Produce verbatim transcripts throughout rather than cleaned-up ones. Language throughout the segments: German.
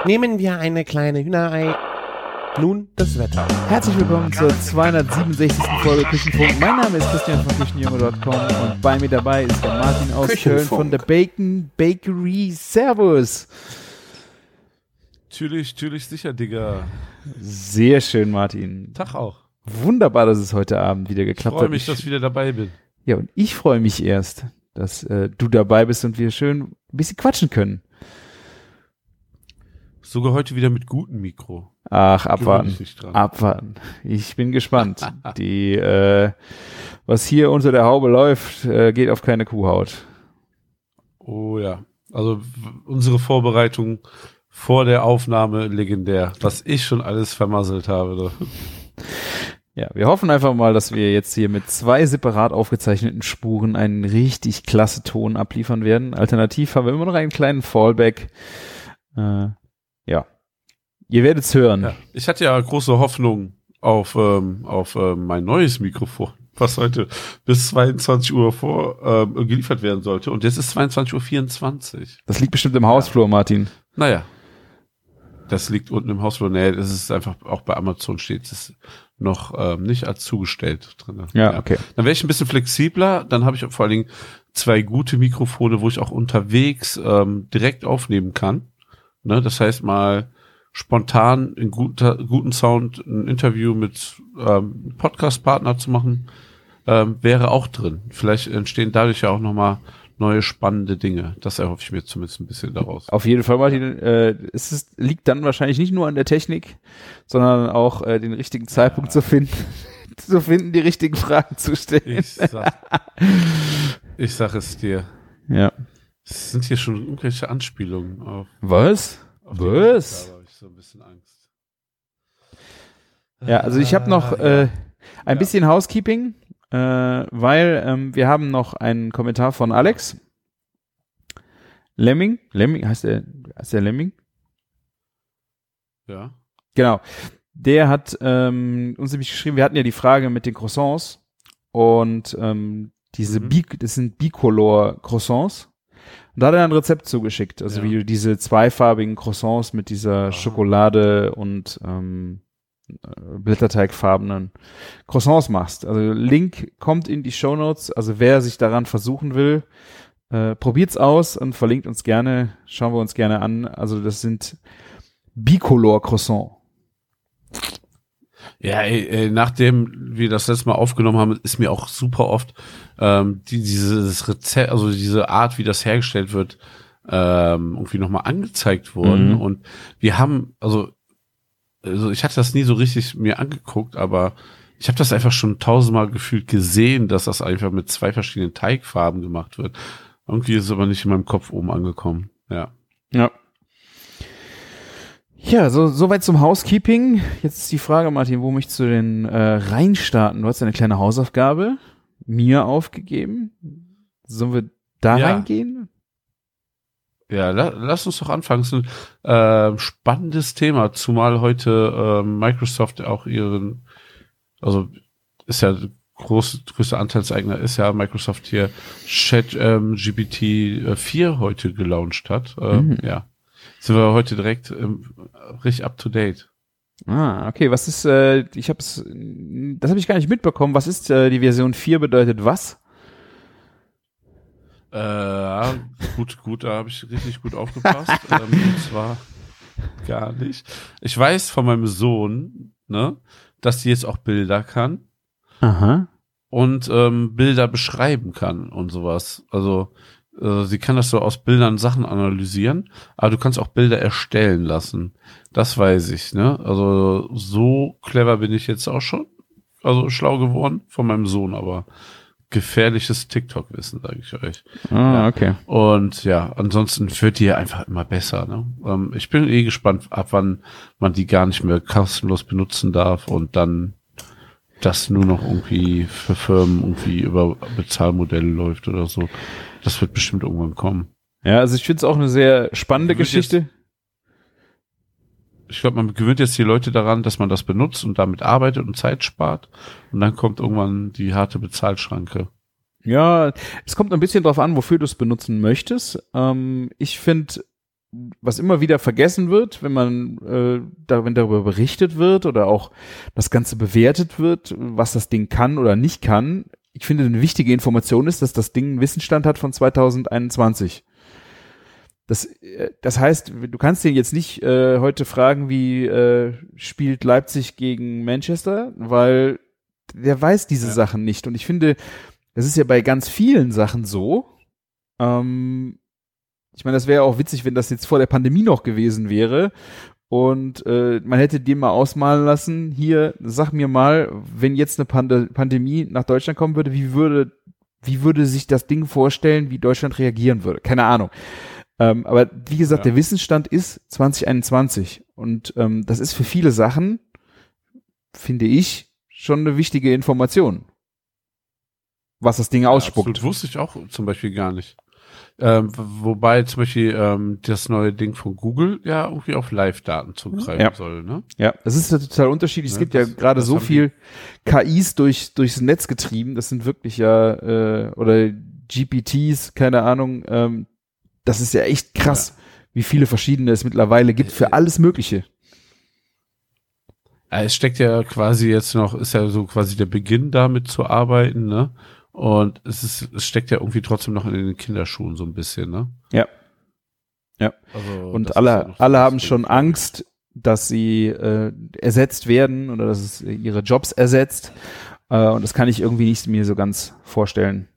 Nehmen wir eine kleine Hühnerei. Nun das Wetter. Herzlich willkommen zur zweihundertsiebenundsechzigsten Folge Küchenfunk. Mein Name ist Christian von Küchenjunge Punkt com und bei mir dabei ist der Martin aus Köln von der Bacon Bakery. Servus. Natürlich, natürlich sicher, Digga. Sehr schön, Martin. Tag auch. Wunderbar, dass es heute Abend wieder geklappt hat. Ich freue mich, dass ich wieder dabei bin. Ja, und ich freue mich erst, dass äh, du dabei bist und wir schön ein bisschen quatschen können. Sogar heute wieder mit gutem Mikro. Ach, abwarten. Abwarten. Ich bin gespannt. Die, äh, was hier unter der Haube läuft, äh, geht auf keine Kuhhaut. Oh ja. Also w- unsere Vorbereitung vor der Aufnahme legendär. Was ich schon alles vermasselt habe. Ja, wir hoffen einfach mal, dass wir jetzt hier mit zwei separat aufgezeichneten Spuren einen richtig klasse Ton abliefern werden. Alternativ haben wir immer noch einen kleinen Fallback. Äh, ja. Ihr werdet es hören. Ja. Ich hatte ja große Hoffnung auf, ähm, auf ähm, mein neues Mikrofon, was heute bis zweiundzwanzig Uhr vor ähm, geliefert werden sollte. Und jetzt ist zweiundzwanzig Uhr vierundzwanzig. Das liegt bestimmt im Hausflur, ja. Martin. Naja. Das liegt unten im Hausflur. Nee, das ist einfach, auch bei Amazon steht es noch ähm, nicht als zugestellt drin. Ja, ja, okay. Dann wäre ich ein bisschen flexibler. Dann habe ich vor allen Dingen zwei gute Mikrofone, wo ich auch unterwegs ähm, direkt aufnehmen kann. Ne, das heißt mal spontan in guter, guten Sound ein Interview mit ähm, Podcast-Partner zu machen, ähm, wäre auch drin. Vielleicht entstehen dadurch ja auch nochmal neue spannende Dinge. Das erhoffe ich mir zumindest ein bisschen daraus. Auf jeden Fall, Martin. Äh, es ist, liegt dann wahrscheinlich nicht nur an der Technik, sondern auch äh, den richtigen Zeitpunkt ja. zu finden, zu finden, die richtigen Fragen zu stellen. Ich sag, ich sag es dir. Ja. Es sind hier schon irgendwelche Anspielungen auf. Was? Auf Was? Da habe ich so ein bisschen Angst. Ja, also ich habe noch äh, ein ja. bisschen Housekeeping, äh, weil ähm, wir haben noch einen Kommentar von Alex Lemming. Lemming, heißt der, heißt der Lemming? Ja. Genau. Der hat ähm, uns nämlich geschrieben, wir hatten ja die Frage mit den Croissants und ähm, diese mhm. Bi- das sind Bicolor Croissants. Und da hat er ein Rezept zugeschickt, also ja. wie du diese zweifarbigen Croissants mit dieser Aha. Schokolade und ähm, blätterteigfarbenen Croissants machst. Also Link kommt in die Shownotes, also wer sich daran versuchen will, äh, probiert's aus und verlinkt uns gerne, schauen wir uns gerne an. Also das sind Bicolor Croissant. Ja, ey, ey, nachdem wir das letzte Mal aufgenommen haben, ist mir auch super oft ähm, die, dieses Rezept, also diese Art, wie das hergestellt wird, ähm, irgendwie nochmal angezeigt worden. Mhm. Und wir haben, also, also ich hatte das nie so richtig mir angeguckt, aber ich habe das einfach schon tausendmal gefühlt gesehen, dass das einfach mit zwei verschiedenen Teigfarben gemacht wird. Irgendwie ist es aber nicht in meinem Kopf oben angekommen. Ja. Ja. Ja, so soweit zum Housekeeping. Jetzt ist die Frage, Martin, wo möchtest du denn äh, reinstarten? Du hast eine kleine Hausaufgabe mir aufgegeben. Sollen wir da ja. reingehen? Ja, la- lass uns doch anfangen. Es ist ein äh, spannendes Thema, zumal heute äh, Microsoft auch ihren, also ist ja groß, größter Anteilseigner ist ja Microsoft hier Chat ähm, G P T vier heute gelauncht hat. Äh, mhm. Ja. Sind wir heute direkt ähm, richtig up to date. Ah, okay. Was ist, äh, ich habe es, das habe ich gar nicht mitbekommen. Was ist äh, die Version vier bedeutet was? Äh, gut, gut, da habe ich richtig gut aufgepasst. ähm, und zwar gar nicht. Ich weiß von meinem Sohn, ne, dass die jetzt auch Bilder kann. Aha. Und ähm, Bilder beschreiben kann und sowas. Also sie kann das so aus Bildern Sachen analysieren, aber du kannst auch Bilder erstellen lassen. Das weiß ich, ne? Also so clever bin ich jetzt auch schon. Also schlau geworden von meinem Sohn, aber gefährliches TikTok-Wissen, sage ich euch. Ah, ja. okay. Und ja, ansonsten wird die einfach immer besser, ne? Ähm, ich bin eh gespannt, ab wann man die gar nicht mehr kostenlos benutzen darf und dann das nur noch irgendwie für Firmen irgendwie über Bezahlmodelle läuft oder so. Das wird bestimmt irgendwann kommen. Ja, also ich finde es auch eine sehr spannende Geschichte. Jetzt, ich glaube, man gewöhnt jetzt die Leute daran, dass man das benutzt und damit arbeitet und Zeit spart. Und dann kommt irgendwann die harte Bezahlschranke. Ja, es kommt ein bisschen drauf an, wofür du es benutzen möchtest. Ähm, ich finde was immer wieder vergessen wird, wenn man äh, da, wenn darüber berichtet wird oder auch das Ganze bewertet wird, was das Ding kann oder nicht kann. Ich finde, eine wichtige Information ist, dass das Ding einen Wissensstand hat von zweitausendeinundzwanzig. Das, äh, das heißt, du kannst den jetzt nicht äh, heute fragen, wie äh, spielt Leipzig gegen Manchester, weil der weiß diese ja. Sachen nicht. Und ich finde, das ist ja bei ganz vielen Sachen so. Ähm, Ich meine, das wäre auch witzig, wenn das jetzt vor der Pandemie noch gewesen wäre und äh, man hätte den mal ausmalen lassen, hier, sag mir mal, wenn jetzt eine Pand- Pandemie nach Deutschland kommen würde, wie würde wie würde sich das Ding vorstellen, wie Deutschland reagieren würde? Keine Ahnung. Ähm, aber wie gesagt, ja. der Wissensstand ist zwanzig einundzwanzig und ähm, das ist für viele Sachen, finde ich, schon eine wichtige Information, was das Ding ja, ausspuckt. Absolut, wusste ich auch zum Beispiel gar nicht. Ähm, wobei zum Beispiel ähm, das neue Ding von Google ja irgendwie auf Live-Daten zugreifen ja. soll, ne? Ja, das ist ja total unterschiedlich. Es ja, gibt das, ja gerade so viel K Is durch durchs Netz getrieben. Das sind wirklich ja äh, oder G P Ts, keine Ahnung. Ähm, das ist ja echt krass, ja. wie viele verschiedene es mittlerweile gibt für alles Mögliche. Ja, es steckt ja quasi jetzt noch, ist ja so quasi der Beginn damit zu arbeiten, ne? Und es ist, es steckt ja irgendwie trotzdem noch in den Kinderschuhen so ein bisschen, ne? Ja. Ja. Also, und alle, ja alle haben schon Angst, dass sie äh, ersetzt werden oder dass es ihre Jobs ersetzt. Äh, und das kann ich irgendwie nicht mir so ganz vorstellen.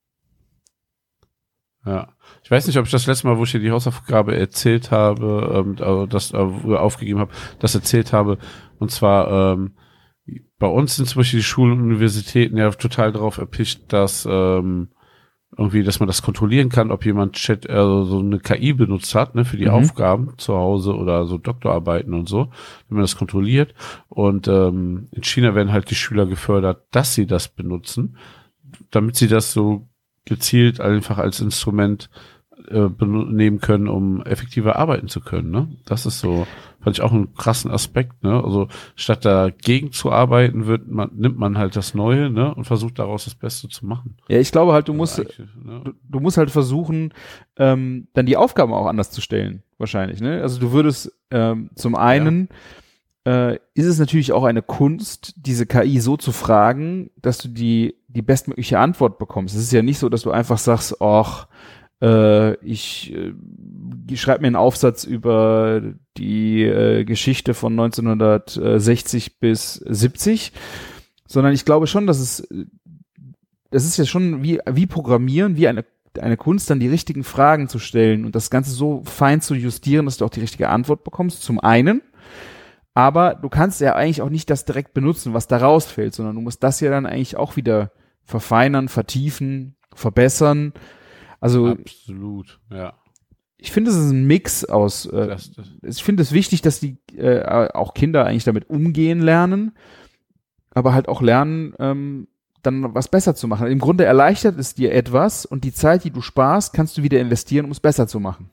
Ja. Ich weiß nicht, ob ich das letzte Mal, wo ich hier die Hausaufgabe erzählt habe, ähm, also das äh, aufgegeben habe, das erzählt habe. Und zwar, ähm, bei uns sind zum Beispiel die Schulen und Universitäten ja total darauf erpicht, dass ähm, irgendwie, dass man das kontrollieren kann, ob jemand Chat, also so eine K I benutzt hat, ne, für die mhm. Aufgaben zu Hause oder so Doktorarbeiten und so, wenn man das kontrolliert. Und ähm, in China werden halt die Schüler gefördert, dass sie das benutzen, damit sie das so gezielt einfach als Instrument äh, nehmen können, um effektiver arbeiten zu können, ne? Das ist so, fand ich auch einen krassen Aspekt, ne? Also statt dagegen zu arbeiten, wird man, nimmt man halt das Neue, ne? Und versucht daraus das Beste zu machen. Ja, ich glaube halt, du musst, ne? du, du musst halt versuchen, ähm, dann die Aufgaben auch anders zu stellen, wahrscheinlich, ne? Also du würdest ähm, zum einen ja. äh, ist es natürlich auch eine Kunst, diese K I so zu fragen, dass du die die bestmögliche Antwort bekommst. Es ist ja nicht so, dass du einfach sagst, ach, äh, ich äh, schreibe mir einen Aufsatz über die äh, Geschichte von neunzehnhundertsechzig bis siebzig, sondern ich glaube schon, dass es, das ist ja schon wie wie Programmieren, wie eine eine Kunst, dann die richtigen Fragen zu stellen und das Ganze so fein zu justieren, dass du auch die richtige Antwort bekommst. Zum einen. Aber du kannst ja eigentlich auch nicht das direkt benutzen, was da rausfällt, sondern du musst das ja dann eigentlich auch wieder verfeinern, vertiefen, verbessern. Also absolut, ja. Ich finde, es ist ein Mix aus. Äh, das, das. Ich finde es wichtig, dass die äh, auch Kinder eigentlich damit umgehen lernen, aber halt auch lernen, ähm, dann was besser zu machen. Im Grunde erleichtert es dir etwas und die Zeit, die du sparst, kannst du wieder investieren, um es besser zu machen.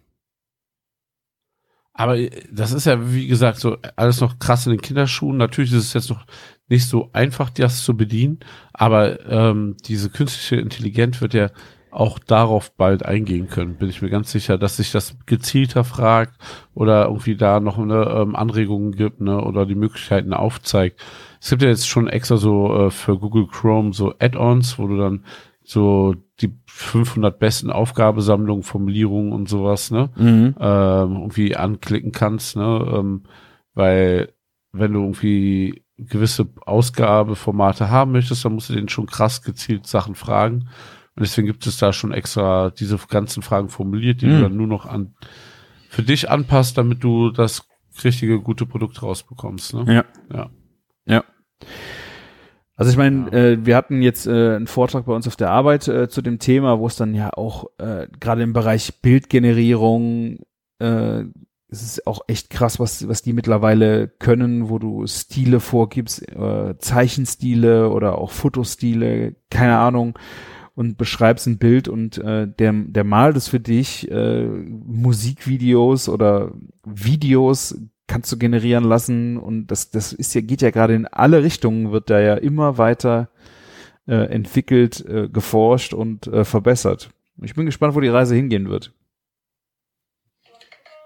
Aber das ist ja, wie gesagt, so alles noch krass in den Kinderschuhen. Natürlich ist es jetzt noch nicht so einfach, das zu bedienen, aber ähm, diese künstliche Intelligenz wird ja auch darauf bald eingehen können, bin ich mir ganz sicher, dass sich das gezielter fragt oder irgendwie da noch eine ähm, Anregungen gibt, ne, oder die Möglichkeiten aufzeigt. Es gibt ja jetzt schon extra so äh, für Google Chrome so Add-ons, wo du dann so die fünfhundert besten Aufgabesammlungen, Formulierungen und sowas, ne, mhm. ähm, irgendwie anklicken kannst, ne, ähm, weil wenn du irgendwie gewisse Ausgabeformate haben möchtest, dann musst du denen schon krass gezielt Sachen fragen. Und deswegen gibt es da schon extra diese ganzen Fragen formuliert, die mhm. du dann nur noch an für dich anpasst, damit du das richtige, gute Produkt rausbekommst. Ne? Ja. Ja. Ja. Also ich meine, ja. äh, wir hatten jetzt äh, einen Vortrag bei uns auf der Arbeit äh, zu dem Thema, wo es dann ja auch äh, gerade im Bereich Bildgenerierung äh, es ist auch echt krass, was was die mittlerweile können, wo du Stile vorgibst, äh, Zeichenstile oder auch Fotostile, keine Ahnung, und beschreibst ein Bild und äh, der der malt es für dich, äh, Musikvideos oder Videos kannst du generieren lassen und das das ist ja geht ja gerade in alle Richtungen, wird da ja immer weiter äh, entwickelt, äh, geforscht und äh, verbessert. Ich bin gespannt, wo die Reise hingehen wird.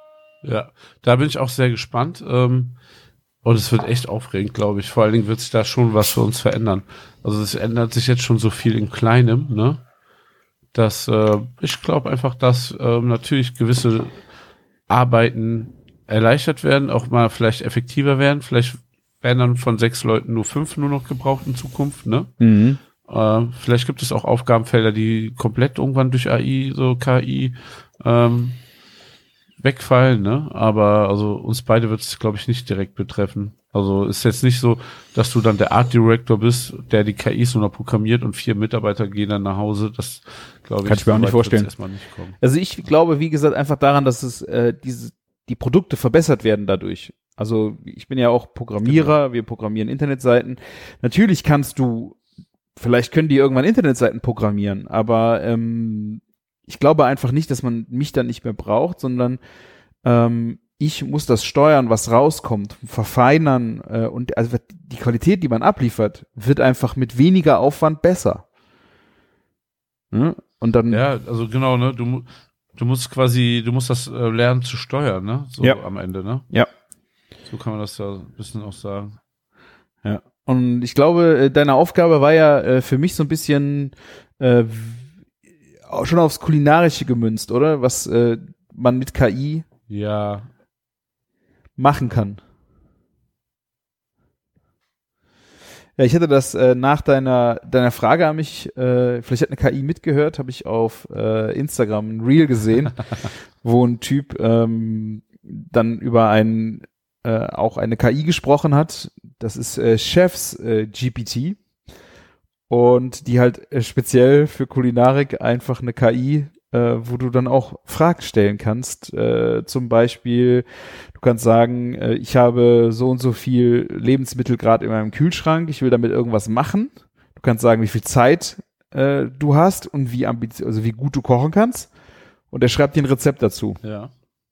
Ja, da bin ich auch sehr gespannt. Ähm, und es wird echt aufregend, glaube ich. Vor allen Dingen wird sich da schon was für uns verändern. Also es ändert sich jetzt schon so viel in Kleinem, ne? Dass äh, ich glaube einfach, dass ähm, natürlich gewisse Arbeiten erleichtert werden, auch mal vielleicht effektiver werden. Vielleicht werden dann von sechs Leuten nur fünf nur noch gebraucht in Zukunft, ne? Mhm. Äh, vielleicht gibt es auch Aufgabenfelder, die komplett irgendwann durch A I, so K I, ähm, wegfallen, ne? Aber also uns beide wird es, glaube ich, nicht direkt betreffen. Also ist jetzt nicht so, dass du dann der Art Director bist, der die K Is nur noch programmiert und vier Mitarbeiter gehen dann nach Hause. Das glaube ich, Kann ich mir auch nicht so weit wird's vorstellen. erstmal nicht kommen. Also ich glaube, wie gesagt, einfach daran, dass es äh, diese die Produkte verbessert werden dadurch. Also ich bin ja auch Programmierer, wir programmieren Internetseiten. Natürlich kannst du, vielleicht können die irgendwann Internetseiten programmieren, aber ähm, ich glaube einfach nicht, dass man mich dann nicht mehr braucht, sondern ähm, ich muss das steuern, was rauskommt, verfeinern äh, und also die Qualität, die man abliefert, wird einfach mit weniger Aufwand besser. Ne? Und dann Ja, also genau, ne? Du, mu- du musst quasi, du musst das äh, lernen zu steuern, ne? So Ja. amEnde, ne? Ja. So kann man das ja ein bisschen auch sagen. Ja. Und ich glaube, äh, deine Aufgabe war ja äh, für mich so ein bisschen äh, w- schon aufs Kulinarische gemünzt, oder? Was äh, man mit K I Ja, machen kann. Ja, ich hatte das äh, nach deiner deiner Frage an mich, äh, vielleicht hat eine K I mitgehört, habe ich auf äh, Instagram ein Reel gesehen, wo ein Typ ähm, dann über ein äh, auch eine K I gesprochen hat. Das ist äh, Chefs äh, G P T und die halt äh, speziell für Kulinarik einfach eine K I, äh, wo du dann auch Fragen stellen kannst. Äh, zum Beispiel, du kannst sagen, äh, ich habe so und so viel Lebensmittel gerade in meinem Kühlschrank, ich will damit irgendwas machen. Du kannst sagen, wie viel Zeit äh, du hast und wie ambitioniert, also wie gut du kochen kannst. Und er schreibt dir ein Rezept dazu. ja.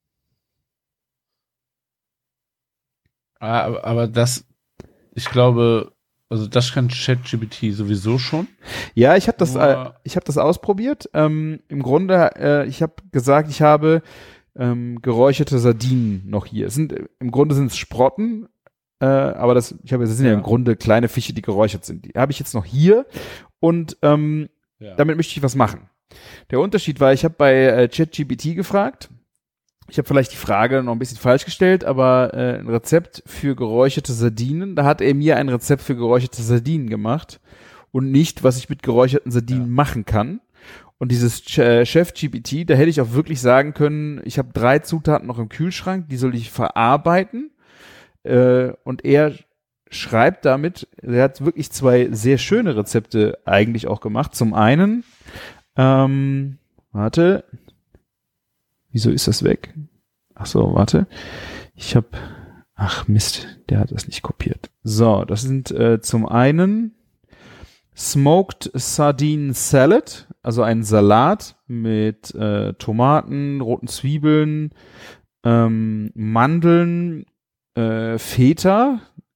Ah, Aber, aber das, ich glaube, also das kann ChatGPT sowieso schon. Ja, ich habe das, äh, Nur- ich habe das ausprobiert. Ähm, Im Grunde, äh, ich habe gesagt, ich habe ähm, geräucherte Sardinen noch hier. Es sind im Grunde sind es Sprotten, äh, aber das, ich habe, das sind ja. Ja. im Grunde kleine Fische, die geräuchert sind. Die habe ich jetzt noch hier und ähm, Ja. damit möchte ich was machen. Der Unterschied war, ich habe bei äh, ChatGPT gefragt. Ich habe vielleicht die Frage noch ein bisschen falsch gestellt, aber äh, ein Rezept für geräucherte Sardinen, da hat er mir ein Rezept für geräucherte Sardinen gemacht und nicht, was ich mit geräucherten Sardinen Ja. machen kann. Und dieses Ch- äh, Chef G P T, da hätte ich auch wirklich sagen können, ich habe drei Zutaten noch im Kühlschrank, die soll ich verarbeiten. Äh, und er schreibt damit, er hat wirklich zwei sehr schöne Rezepte eigentlich auch gemacht. Zum einen, ähm, warte, wieso ist das weg? Ach so, warte. Ich habe, ach Mist, der hat das nicht kopiert. So, das sind äh, zum einen Smoked Sardine Salad, also ein Salat mit äh, Tomaten, roten Zwiebeln, ähm, Mandeln, äh, Feta,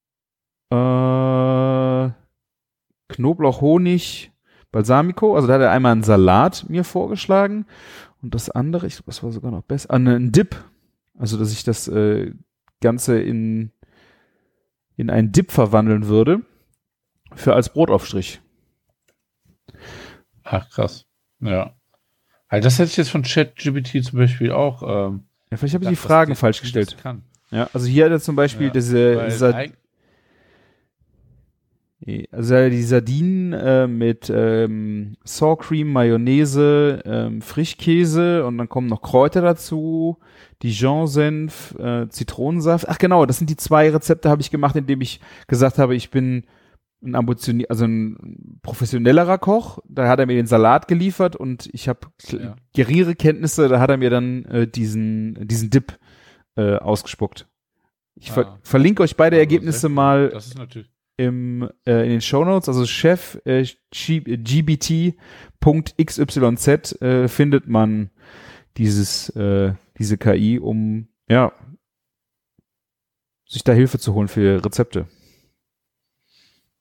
äh, Knoblauch, Honig, Balsamico. Also da hat er einmal einen Salat mir vorgeschlagen. Und das andere, ich glaube, das war sogar noch besser, ah, ne, ein Dip. Also, dass ich das äh, Ganze in, in einen Dip verwandeln würde. Für als Brotaufstrich. Ach, krass. Ja. Also das hätte ich jetzt von ChatGPT zum Beispiel auch. Ähm, Ja, vielleicht habe ich gedacht, die Fragen dass falsch die gestellt. das kann. Ja, also hier hat er zum Beispiel Ja, diese, Weil dieser, eig- also die Sardinen äh, mit ähm, Sour Cream, Mayonnaise, ähm, Frischkäse und dann kommen noch Kräuter dazu, Dijon-Senf, äh, Zitronensaft. Ach genau, das sind die zwei Rezepte, habe ich gemacht, indem ich gesagt habe, ich bin ein ambitionier, also ein professionellerer Koch. Da hat er mir den Salat geliefert und ich habe Ja. geringere Kenntnisse. Da hat er mir dann äh, diesen diesen Dip äh, ausgespuckt. Ich ver Ah. verlinke euch beide Also Ergebnisse sehr cool. mal Das ist natürlich. im, äh, in den Shownotes, also Chef äh, G B T Punkt X Y Z äh, findet man dieses äh, diese K I, um ja sich da Hilfe zu holen für Rezepte.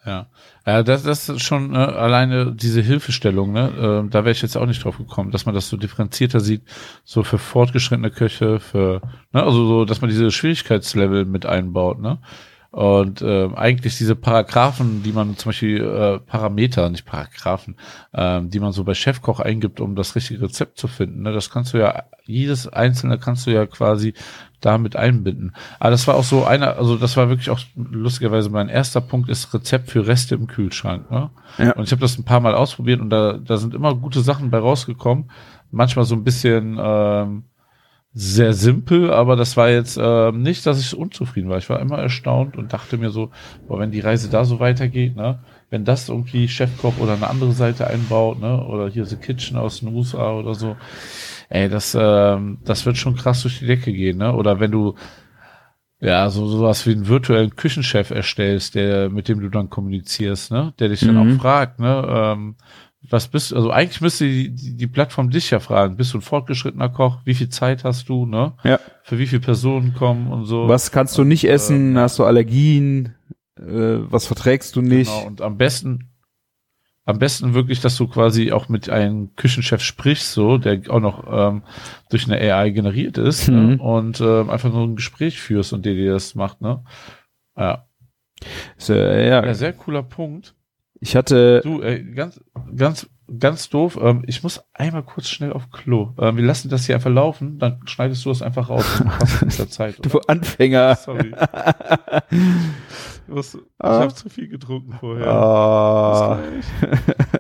Ja, ja, das, das ist schon ne, alleine diese Hilfestellung, ne, äh, da wäre ich jetzt auch nicht drauf gekommen, dass man das so differenzierter sieht, so für fortgeschrittene Köche, für, ne, also so, dass man diese Schwierigkeitslevel mit einbaut, ne, und äh, eigentlich diese Paragraphen, die man zum Beispiel äh, Parameter, nicht Paragraphen, äh, die man so bei Chefkoch eingibt, um das richtige Rezept zu finden, ne, das kannst du ja, jedes einzelne kannst du ja quasi damit einbinden. Aber das war auch so einer, also das war wirklich auch lustigerweise mein erster Punkt ist Rezept für Reste im Kühlschrank. Ne? Ja. Und ich habe das ein paar Mal ausprobiert und da, da sind immer gute Sachen bei rausgekommen. Manchmal so ein bisschen ähm, sehr simpel, aber das war jetzt ähm, nicht, dass ich unzufrieden war. Ich war immer erstaunt und dachte mir so, boah, wenn die Reise da so weitergeht, ne, wenn das irgendwie Chefkoch oder eine andere Seite einbaut, ne, oder hier The Kitchen aus den U S A oder so, ey, das, ähm, das wird schon krass durch die Decke gehen, ne? Oder wenn du ja so sowas wie einen virtuellen Küchenchef erstellst, der mit dem du dann kommunizierst, ne? Der dich dann Mhm. auch fragt, ne? Ähm, was bist also eigentlich müsste die, die, die Plattform dich ja fragen, bist du ein fortgeschrittener Koch? Wie viel Zeit hast du, ne? Ja. Für wie viele Personen kommen und so. Was kannst du und, nicht essen? äh, Hast du Allergien? Äh, was verträgst du nicht? Genau, und am besten Am besten wirklich, dass du quasi auch mit einem Küchenchef sprichst, so, der auch noch ähm, durch eine A I generiert ist, Mhm. ne? Und ähm, einfach nur ein Gespräch führst und der dir das macht, ne? Ja. Ist, äh, ja. Ja, sehr cooler Punkt. Ich hatte. Du, ey, ganz, ganz, ganz doof. Ähm, ich muss einmal kurz schnell auf Klo. Ähm, wir lassen das hier einfach laufen, dann schneidest du das einfach raus. Das passt in der Zeit. Du Anfänger. Sorry. Was, ich Ah. habe zu viel getrunken vorher. Ah. Bis gleich.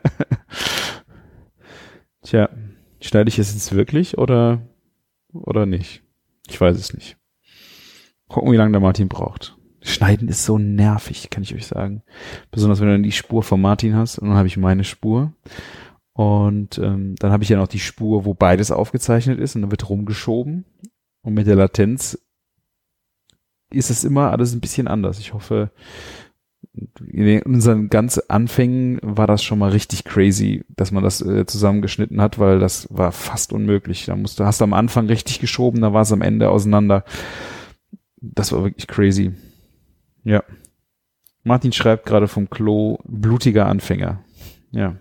Tja, schneide ich es jetzt wirklich oder, oder nicht? Ich weiß es nicht. Gucken, wie lange der Martin braucht. Schneiden ist so nervig, kann ich euch sagen. Besonders wenn du dann die Spur von Martin hast und dann habe ich meine Spur. Und ähm, dann habe ich ja noch die Spur, wo beides aufgezeichnet ist und dann wird rumgeschoben. Und mit der Latenz ist es immer alles ein bisschen anders. Ich hoffe, in unseren ganz Anfängen war das schon mal richtig crazy, dass man das äh, zusammengeschnitten hat, weil das war fast unmöglich. Da musst du, hast du am Anfang richtig geschoben, da war es am Ende auseinander. Das war wirklich crazy. Ja. Martin schreibt gerade vom Klo, blutiger Anfänger. Ja.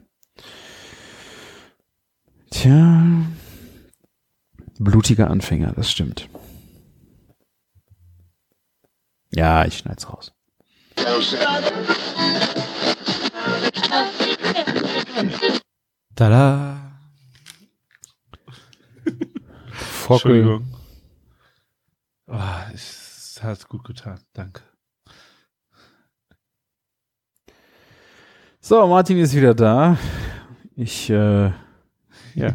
Tja. Blutiger Anfänger, das stimmt. Ja, ich schneid's raus. Tada. Fockel. Entschuldigung. Oh, es hat gut getan. Danke. So, Martin ist wieder da. Ich, äh, ja.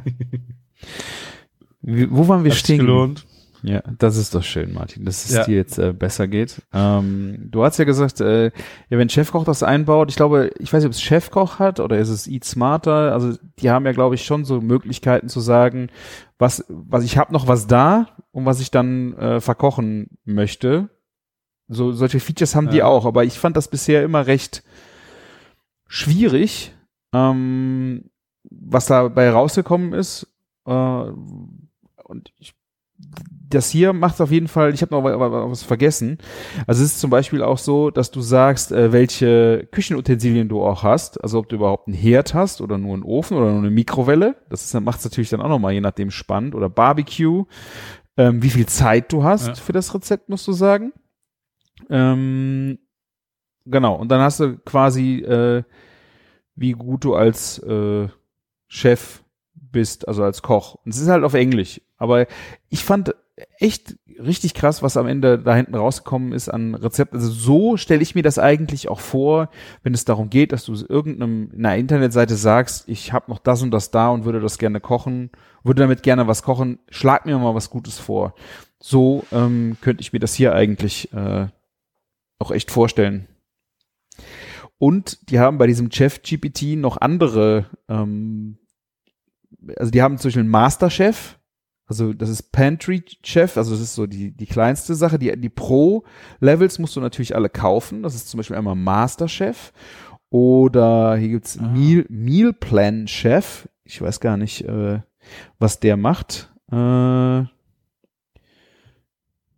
Wie, wo waren wir Hat's stehen? gelohnt. Ja, das ist doch schön, Martin, dass es Ja. dir jetzt äh, besser geht. Ähm, du hast ja gesagt, äh, ja, wenn Chefkoch das einbaut, ich glaube, ich weiß nicht, ob es Chefkoch hat oder ist es Eat Smarter, also die haben ja, glaube ich, schon so Möglichkeiten zu sagen, was, was ich habe noch was da und was ich dann äh, verkochen möchte. So solche Features haben die Ja. auch, aber ich fand das bisher immer recht schwierig, ähm, was dabei rausgekommen ist. Äh, und ich das hier macht auf jeden Fall, ich habe noch was vergessen. Also es ist zum Beispiel auch so, dass du sagst, äh, welche Küchenutensilien du auch hast. Also ob du überhaupt einen Herd hast oder nur einen Ofen oder nur eine Mikrowelle. Das macht es natürlich dann auch nochmal je nachdem spannend. Oder Barbecue. Ähm, wie viel Zeit du hast Ja. für das Rezept, musst du sagen. Ähm, genau. Und dann hast du quasi, äh, wie gut du als äh, Chef bist, also als Koch. Und es ist halt auf Englisch. Aber ich fand echt richtig krass, was am Ende da hinten rausgekommen ist an Rezept. Also so stelle ich mir das eigentlich auch vor, wenn es darum geht, dass du irgendeinem einer Internetseite sagst, ich habe noch das und das da und würde das gerne kochen, würde damit gerne was kochen, schlag mir mal was Gutes vor. So ähm, könnte ich mir das hier eigentlich äh, auch echt vorstellen. Und die haben bei diesem Chef-G P T noch andere, ähm, also die haben zum Beispiel einen Masterchef. Also das ist Pantry Chef, also das ist so die die kleinste Sache. Die die Pro-Levels musst du natürlich alle kaufen. Das ist zum Beispiel einmal Master Chef oder hier gibt's Ah. Meal Meal Plan Chef. Ich weiß gar nicht, äh, was der macht. Äh,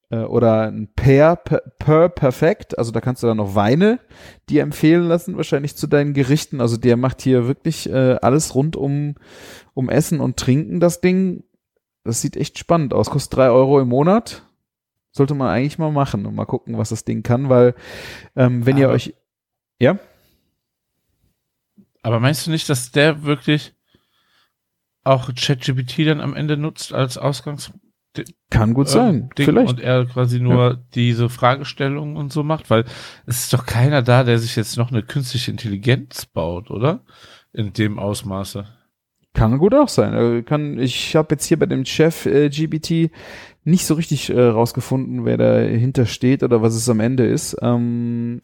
äh, oder ein Pair per, per Perfekt, also da kannst du dann noch Weine dir empfehlen lassen, wahrscheinlich zu deinen Gerichten. Also der macht hier wirklich äh, alles rund um, um Essen und Trinken, das Ding. Das sieht echt spannend aus. Kostet drei Euro im Monat. Sollte man eigentlich mal machen und mal gucken, was das Ding kann, weil ähm, wenn aber, ihr euch, ja? Aber meinst du nicht, dass der wirklich auch ChatGPT dann am Ende nutzt als Ausgangs Kann gut sein, Ding vielleicht. Und er quasi nur ja. diese Fragestellungen und so macht, weil es ist doch keiner da, der sich jetzt noch eine künstliche Intelligenz baut, oder? In dem Ausmaße. Kann gut auch sein. Also kann, ich habe jetzt hier bei dem Chef äh, G P T nicht so richtig äh, rausgefunden, wer dahinter steht oder was es am Ende ist. Ähm,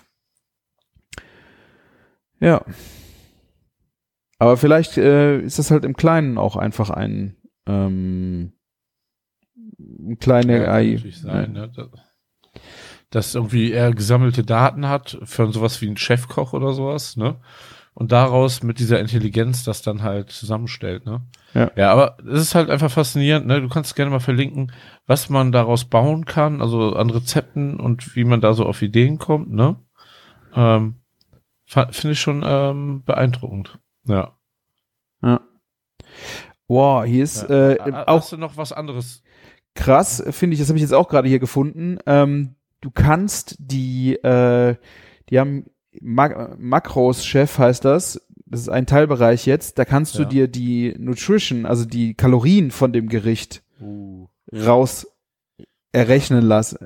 ja. Aber vielleicht äh, ist das halt im Kleinen auch einfach ein ähm, eine kleine ja, A I. Kann natürlich sein, ja. ne? Dass irgendwie er gesammelte Daten hat für sowas wie einen Chefkoch oder sowas, ne? Und daraus mit dieser Intelligenz das dann halt zusammenstellt, ne? Ja. Ja, aber es ist halt einfach faszinierend, ne? Du kannst gerne mal verlinken, was man daraus bauen kann, also an Rezepten und wie man da so auf Ideen kommt, ne? Ähm, finde ich schon ähm, beeindruckend. Ja. Ja. Wow, hier ist ja. äh, Hast auch du noch was anderes? Krass, finde ich, das habe ich jetzt auch gerade hier gefunden. Ähm, du kannst die, äh, die haben Mak- Makros-Chef heißt das. Das ist ein Teilbereich jetzt. Da kannst du Ja. dir die Nutrition, also die Kalorien von dem Gericht Uh. raus errechnen lassen.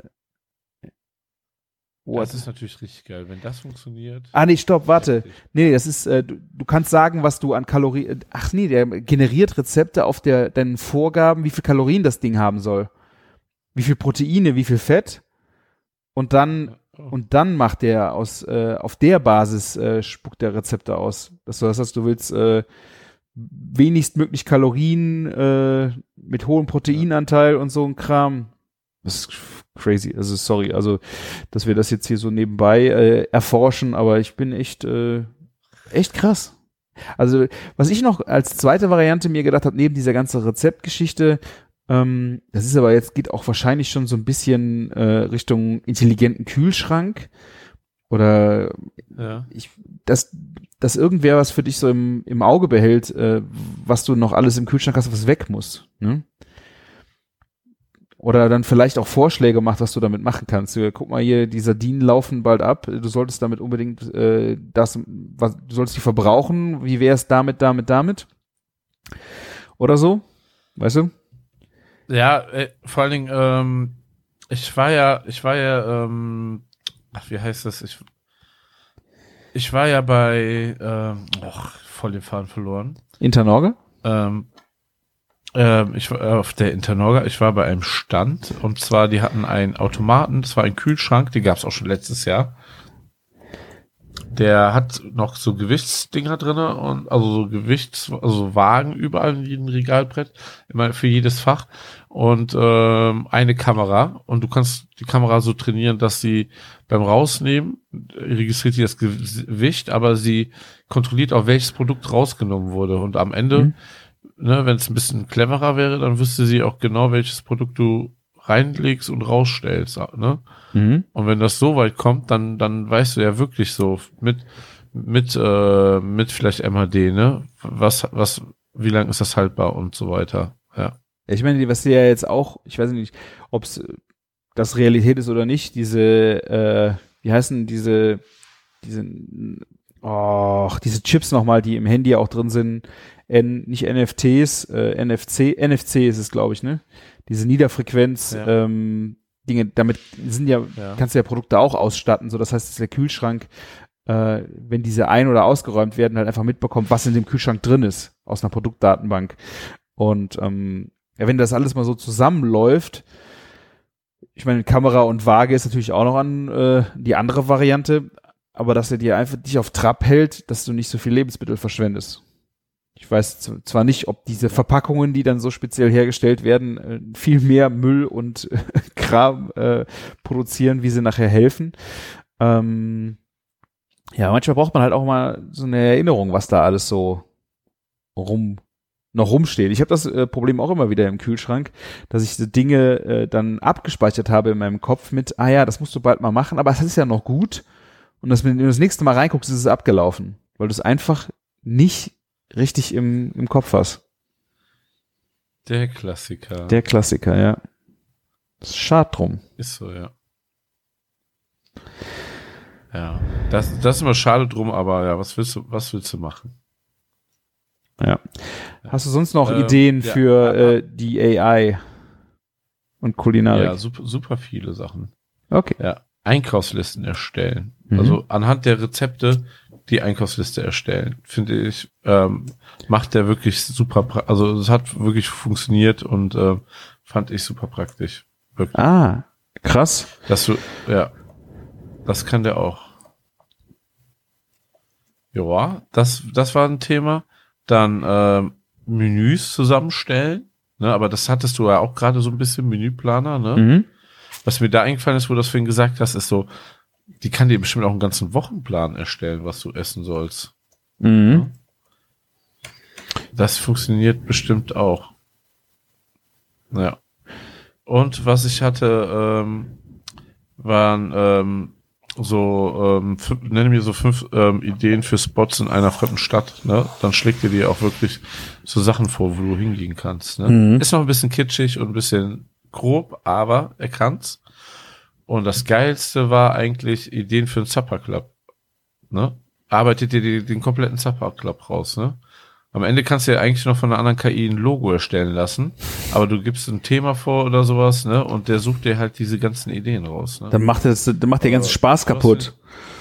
What? Das ist natürlich richtig geil, wenn das funktioniert. Ah, nee, stopp, warte. Nee, das ist, äh, du, du kannst sagen, was du an Kalorien, ach nee, der generiert Rezepte auf der, deinen Vorgaben, wie viel Kalorien das Ding haben soll. Wie viel Proteine, wie viel Fett. Und dann, oh. und dann macht der aus, äh, auf der Basis, äh, spuckt der Rezepte aus. Das heißt, du willst, äh, wenigstmöglich Kalorien, äh, mit hohem Proteinanteil und so ein Kram. Das ist crazy. Also sorry, also dass wir das jetzt hier so nebenbei äh, erforschen, aber ich bin echt äh, echt krass. Also was ich noch als zweite Variante mir gedacht habe, neben dieser ganzen Rezeptgeschichte, ähm, das ist aber jetzt, geht auch wahrscheinlich schon so ein bisschen äh, Richtung intelligenten Kühlschrank oder ja. ich, dass, dass irgendwer was für dich so im, im Auge behält, äh, was du noch alles im Kühlschrank hast, was weg muss, ne? Oder dann vielleicht auch Vorschläge macht, was du damit machen kannst. Du, guck mal hier, die Sardinen laufen bald ab. Du solltest damit unbedingt äh, das, was, du solltest die verbrauchen. Wie wäre es damit, damit, damit? Oder so? Weißt du? Ja, äh, vor allen Dingen, ähm, ich war ja, ich war ja, ähm, ach, wie heißt das? Ich, ich war ja bei, ähm, och, voll den Faden verloren. Internorge? Ähm, ähm, ich war auf der Internorga, ich war bei einem Stand und zwar, die hatten einen Automaten, das war ein Kühlschrank, den gab es auch schon letztes Jahr. Der hat noch so Gewichtsdinger drinne und also so Gewichts, also Wagen überall in jedem Regalbrett, immer für jedes Fach und ähm, eine Kamera und du kannst die Kamera so trainieren, dass sie beim Rausnehmen registriert sie das Gewicht, aber sie kontrolliert auch, welches Produkt rausgenommen wurde und am Ende, mhm. ne, wenn es ein bisschen cleverer wäre, dann wüsste sie auch genau, welches Produkt du reinlegst und rausstellst, ne? Mhm. Und wenn das so weit kommt, dann dann weißt du ja wirklich so mit mit äh, mit vielleicht M H D, ne? Was was wie lang ist das haltbar und so weiter. Ja. Ich meine, was sie ja jetzt auch, ich weiß nicht, ob es das Realität ist oder nicht, diese äh, wie heißen diese diese oh, diese Chips nochmal, die im Handy auch drin sind, N, nicht N F Ts, äh, N F C, N F C ist es, glaube ich, ne? Diese Niederfrequenz Ja. ähm, Dinge, damit sind ja, Ja. kannst du ja Produkte auch ausstatten, so das heißt, dass der Kühlschrank, äh, wenn diese ein- oder ausgeräumt werden, halt einfach mitbekommt, was in dem Kühlschrank drin ist, aus einer Produktdatenbank. Und ähm, ja, wenn das alles mal so zusammenläuft, ich meine, Kamera und Waage ist natürlich auch noch an äh, die andere Variante, aber dass er dir einfach dich auf Trab hält, dass du nicht so viel Lebensmittel verschwendest. Ich weiß z- zwar nicht, ob diese Verpackungen, die dann so speziell hergestellt werden, äh, viel mehr Müll und äh, Kram äh, produzieren, wie sie nachher helfen. Ähm, ja, manchmal braucht man halt auch mal so eine Erinnerung, was da alles so rumfliegt noch rumstehen. Ich habe das äh, Problem auch immer wieder im Kühlschrank, dass ich so Dinge äh, dann abgespeichert habe in meinem Kopf mit, ah ja, das musst du bald mal machen, aber es ist ja noch gut. Und das, wenn du das nächste Mal reinguckst, ist es abgelaufen, weil du es einfach nicht richtig im, im Kopf hast. Der Klassiker. Der Klassiker, ja. Das ist schade drum. Ist so, ja. Ja, das, das ist immer schade drum, aber ja, was willst du, was willst du machen? Ja. Hast du sonst noch ähm, Ideen ja, für ja, äh, die A I und Kulinarik? Ja, super, super viele Sachen. Okay. Ja, Einkaufslisten erstellen. Mhm. Also anhand der Rezepte die Einkaufsliste erstellen, finde ich, ähm, macht der wirklich super, pra- also es hat wirklich funktioniert und äh, fand ich super praktisch. Wirklich. Ah, krass. Dass du, ja, das kann der auch. Ja, das, das war ein Thema. Dann ähm, Menüs zusammenstellen, ne, aber das hattest du ja auch gerade so ein bisschen, Menüplaner, ne? Mhm. Was mir da eingefallen ist, wo du das vorhin gesagt hast, ist so, die kann dir bestimmt auch einen ganzen Wochenplan erstellen, was du essen sollst. Mhm. Das funktioniert bestimmt auch. Ja. Und was ich hatte, ähm, waren ähm, so, ähm, fünf, nenne mir so fünf ähm, Ideen für Spots in einer fremden Stadt, ne? Dann schlägt dir dir auch wirklich so Sachen vor, wo du hingehen kannst, ne? Mhm. Ist noch ein bisschen kitschig und ein bisschen grob, aber er kann's. Und das Geilste war eigentlich Ideen für einen Zapper Club, ne? Arbeitet dir die, den kompletten Zapper Club raus, ne? Am Ende kannst du ja eigentlich noch von einer anderen K I ein Logo erstellen lassen, aber du gibst ein Thema vor oder sowas, ne? Und der sucht dir halt diese ganzen Ideen raus, ne? Dann macht er das, dann macht der ganze Spaß kaputt.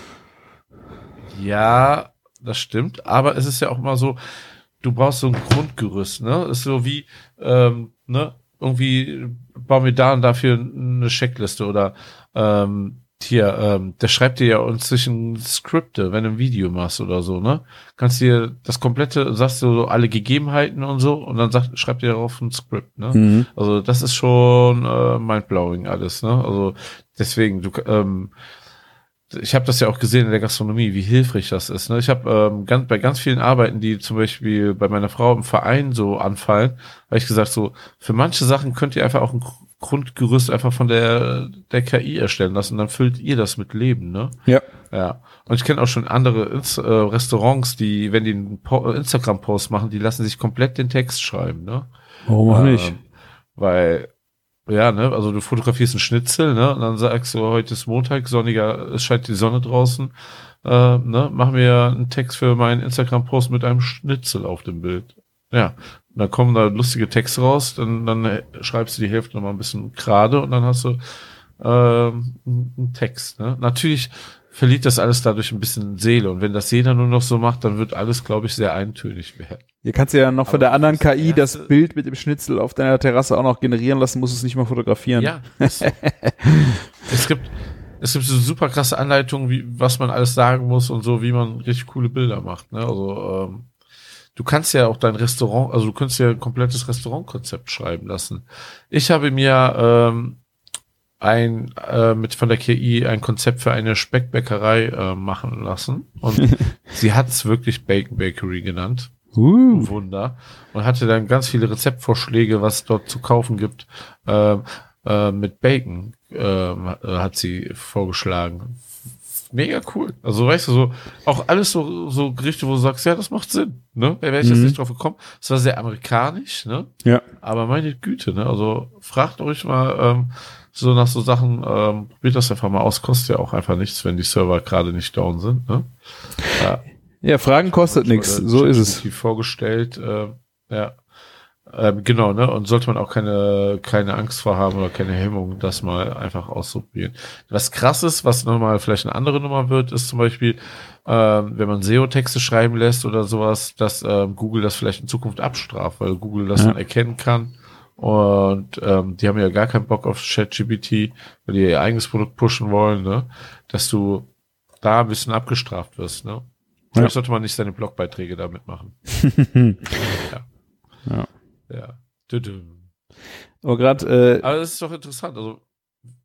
Ja, das stimmt, aber es ist ja auch immer so, du brauchst so ein Grundgerüst, ne? Ist so wie, ähm, ne? Irgendwie bau mir da und dafür eine Checkliste oder ähm, hier, ähm, der schreibt dir ja inzwischen Skripte, wenn du ein Video machst oder so, ne? Kannst dir das komplette, sagst du so alle Gegebenheiten und so und dann sagt, schreibt dir darauf ein Skript, ne? Mhm. Also das ist schon äh, mindblowing alles, ne? Also deswegen, du, ähm, ich habe das ja auch gesehen in der Gastronomie, wie hilfreich das ist. Ne? Ich habe ähm, ganz, bei ganz vielen Arbeiten, die zum Beispiel bei meiner Frau im Verein so anfallen, habe ich gesagt, so für manche Sachen könnt ihr einfach auch ein Grundgerüst einfach von der der K I erstellen lassen, dann füllt ihr das mit Leben, ne? Ja. Ja. Und ich kenne auch schon andere Ins- äh, Restaurants, die, wenn die einen Po- Instagram-Post machen, die lassen sich komplett den Text schreiben, ne? Warum auch nicht? Ähm, weil ja, ne, also du fotografierst einen Schnitzel, ne, und dann sagst du, heute ist Montag, sonniger, es scheint die Sonne draußen, äh, ne, mach mir einen Text für meinen Instagram-Post mit einem Schnitzel auf dem Bild. Ja, und dann kommen da lustige Texte raus, dann, dann schreibst du die Hälfte nochmal ein bisschen gerade und dann hast du ähm, einen Text, ne. Natürlich verliert das alles dadurch ein bisschen Seele und wenn das jeder nur noch so macht, dann wird alles, glaube ich, sehr eintönig werden. Hier kannst du ja noch von Aber der anderen das K I das erste- Bild mit dem Schnitzel auf deiner Terrasse auch noch generieren lassen, musst du es nicht mal fotografieren. Ja. ist so. es gibt, es gibt so super krasse Anleitungen, wie, was man alles sagen muss und so, wie man richtig coole Bilder macht, ne, also, ähm, du kannst ja auch dein Restaurant, also du kannst ja ein komplettes Restaurantkonzept schreiben lassen. Ich habe mir, ähm, ein, äh, mit von der K I ein Konzept für eine Speckbäckerei, äh, machen lassen und sie hat es wirklich Bacon Bakery genannt. Uh. Wunder. Und hatte dann ganz viele Rezeptvorschläge, was dort zu kaufen gibt. Ähm, äh, mit Bacon ähm, hat sie vorgeschlagen. Mega cool. Also weißt du, so auch alles so so Gerichte, wo du sagst, ja, das macht Sinn. Ne? Da wäre ich jetzt Mhm. nicht drauf gekommen. Es war sehr amerikanisch, ne? Ja. Aber meine Güte, ne? Also fragt euch mal ähm, so nach so Sachen, ähm, probiert das einfach mal aus. Kostet ja auch einfach nichts, wenn die Server gerade nicht down sind. Ne? Ja. Ja, Fragen kostet nichts. So ist es. ChatGPT vorgestellt, äh, ja. Ähm, genau, ne? Und sollte man auch keine, keine Angst vor haben oder keine Hemmung, das mal einfach auszuprobieren. Was krass ist, was nochmal vielleicht eine andere Nummer wird, ist zum Beispiel, ähm, wenn man S E O-Texte schreiben lässt oder sowas, dass ähm, Google das vielleicht in Zukunft abstraft, weil Google das Ja. dann erkennen kann. Und ähm, die haben ja gar keinen Bock auf ChatGPT, weil die ihr eigenes Produkt pushen wollen, ne? Dass du da ein bisschen abgestraft wirst, ne? Vielleicht sollte man nicht seine Blogbeiträge damit machen. ja. Ja. Ja. Düdüm. Aber gerade, äh, Aber das ist doch interessant. Also,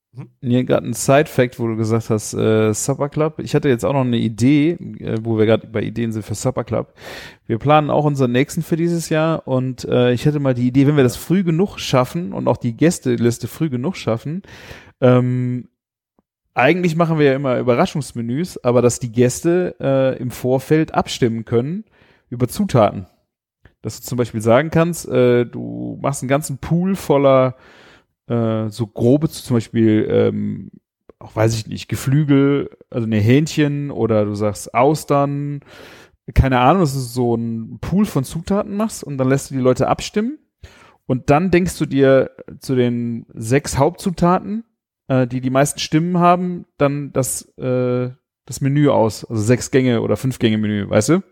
Hier gerade ein Side-Fact, wo du gesagt hast, äh, Supper Club. Ich hatte jetzt auch noch eine Idee, äh, wo wir gerade bei Ideen sind für Supper Club. Wir planen auch unseren nächsten für dieses Jahr und äh, ich hätte mal die Idee, wenn wir das früh genug schaffen und auch die Gästeliste früh genug schaffen, ähm, eigentlich machen wir ja immer Überraschungsmenüs, aber dass die Gäste äh, im Vorfeld abstimmen können über Zutaten. Dass du zum Beispiel sagen kannst, äh, du machst einen ganzen Pool voller äh, so grobe, zum Beispiel, ähm, auch weiß ich nicht, Geflügel, also ne Hähnchen oder du sagst Austern, keine Ahnung, dass du so einen Pool von Zutaten machst und dann lässt du die Leute abstimmen und dann denkst du dir zu den sechs Hauptzutaten, äh, die die meisten Stimmen haben, dann das, äh, das Menü aus, also sechs Gänge oder fünf Gänge Menü, weißt du?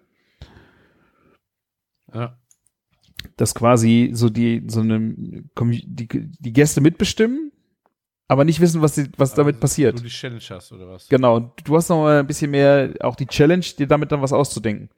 Ja. Dass quasi so die, so eine, die, die Gäste mitbestimmen, aber nicht wissen, was, die, was damit also, passiert. Du die Challenge hast, oder was? Genau. Und du hast noch mal ein bisschen mehr auch die Challenge, dir damit dann was auszudenken.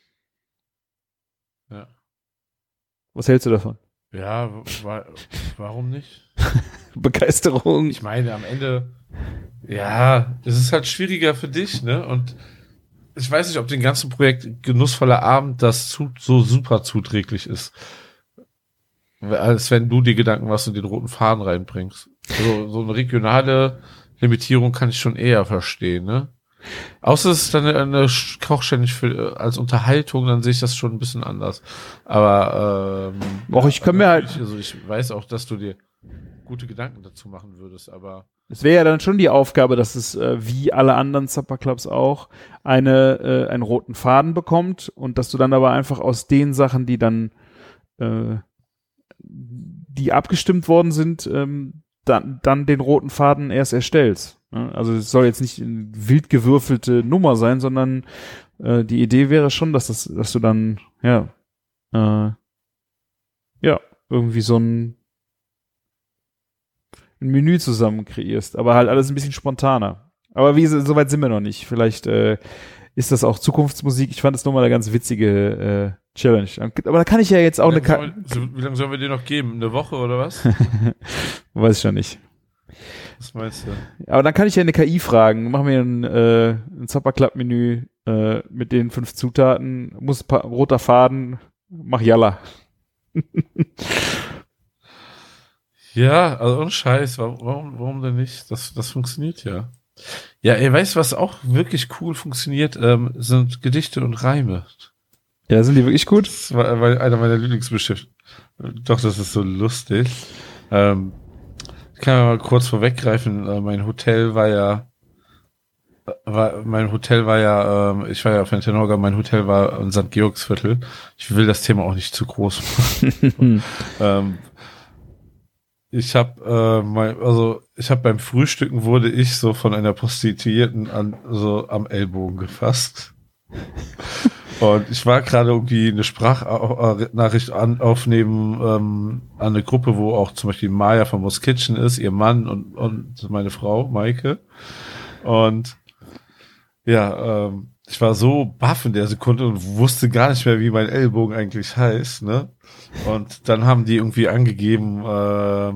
Ja. Was hältst du davon? Ja, wa warum nicht? Begeisterung. Ich meine, am Ende, ja, es ist halt schwieriger für dich, ne? Und ich weiß nicht, ob dem ganzen Projekt Genussvoller Abend das zu, so super zuträglich ist. Als wenn du dir Gedanken machst und den roten Faden reinbringst. So, so eine regionale Limitierung kann ich schon eher verstehen, ne? Außer es ist dann eine, eine Kochchallenge für, als Unterhaltung, dann sehe ich das schon ein bisschen anders. Aber ähm, Och, ich kann mir halt, also ich weiß auch, dass du dir gute Gedanken dazu machen würdest, aber es wäre ja dann schon die Aufgabe, dass es äh, wie alle anderen Supper Clubs auch eine äh, einen roten Faden bekommt und dass du dann aber einfach aus den Sachen, die dann äh, die abgestimmt worden sind, ähm, dann dann den roten Faden erst erstellst. Ne? Also es soll jetzt nicht eine wild gewürfelte Nummer sein, sondern äh, die Idee wäre schon, dass das, dass du dann ja äh, ja irgendwie so ein ein Menü zusammen kreierst, aber halt alles ein bisschen spontaner. Aber wie so weit sind wir noch nicht. Vielleicht äh, ist das auch Zukunftsmusik. Ich fand das nochmal eine ganz witzige äh, Challenge. Aber da kann ich ja jetzt auch wie eine lange, Ka- sollen wir, wie lange sollen wir dir noch geben? Eine Woche oder was? Weiß ich noch nicht. Was meinst du? Aber dann kann ich ja eine K I fragen. Mach mir ein, äh, ein Supper Club Menü äh, mit den fünf Zutaten. Muss pa- roter Faden. Mach Jalla. Ja, also ohne Scheiß, warum, warum, warum denn nicht? Das, das funktioniert ja. Ja, ey, weißt du, was auch wirklich cool funktioniert, ähm, sind Gedichte und Reime. Ja, sind die wirklich gut? Das war, war einer meiner Lieblingsbeschäftigungen. Doch, das ist so lustig. Ähm, ich kann mal kurz vorweggreifen, äh, mein Hotel war ja, war, mein Hotel war ja, ähm, ich war ja auf Tenorga, mein Hotel war in Sankt Georgsviertel. Ich will das Thema auch nicht zu groß machen. ähm, Ich habe äh, mein, also ich habe beim Frühstücken wurde ich so von einer Prostituierten an so am Ellbogen gefasst. Und ich war gerade irgendwie eine Sprachnachricht an, aufnehmen ähm, an eine Gruppe, wo auch zum Beispiel Maya von Mo's Kitchen ist, ihr Mann und, und meine Frau, Maike. Und ja, ähm, ich war so baff in der Sekunde und wusste gar nicht mehr, wie mein Ellbogen eigentlich heißt, ne? Und dann haben die irgendwie angegeben, äh,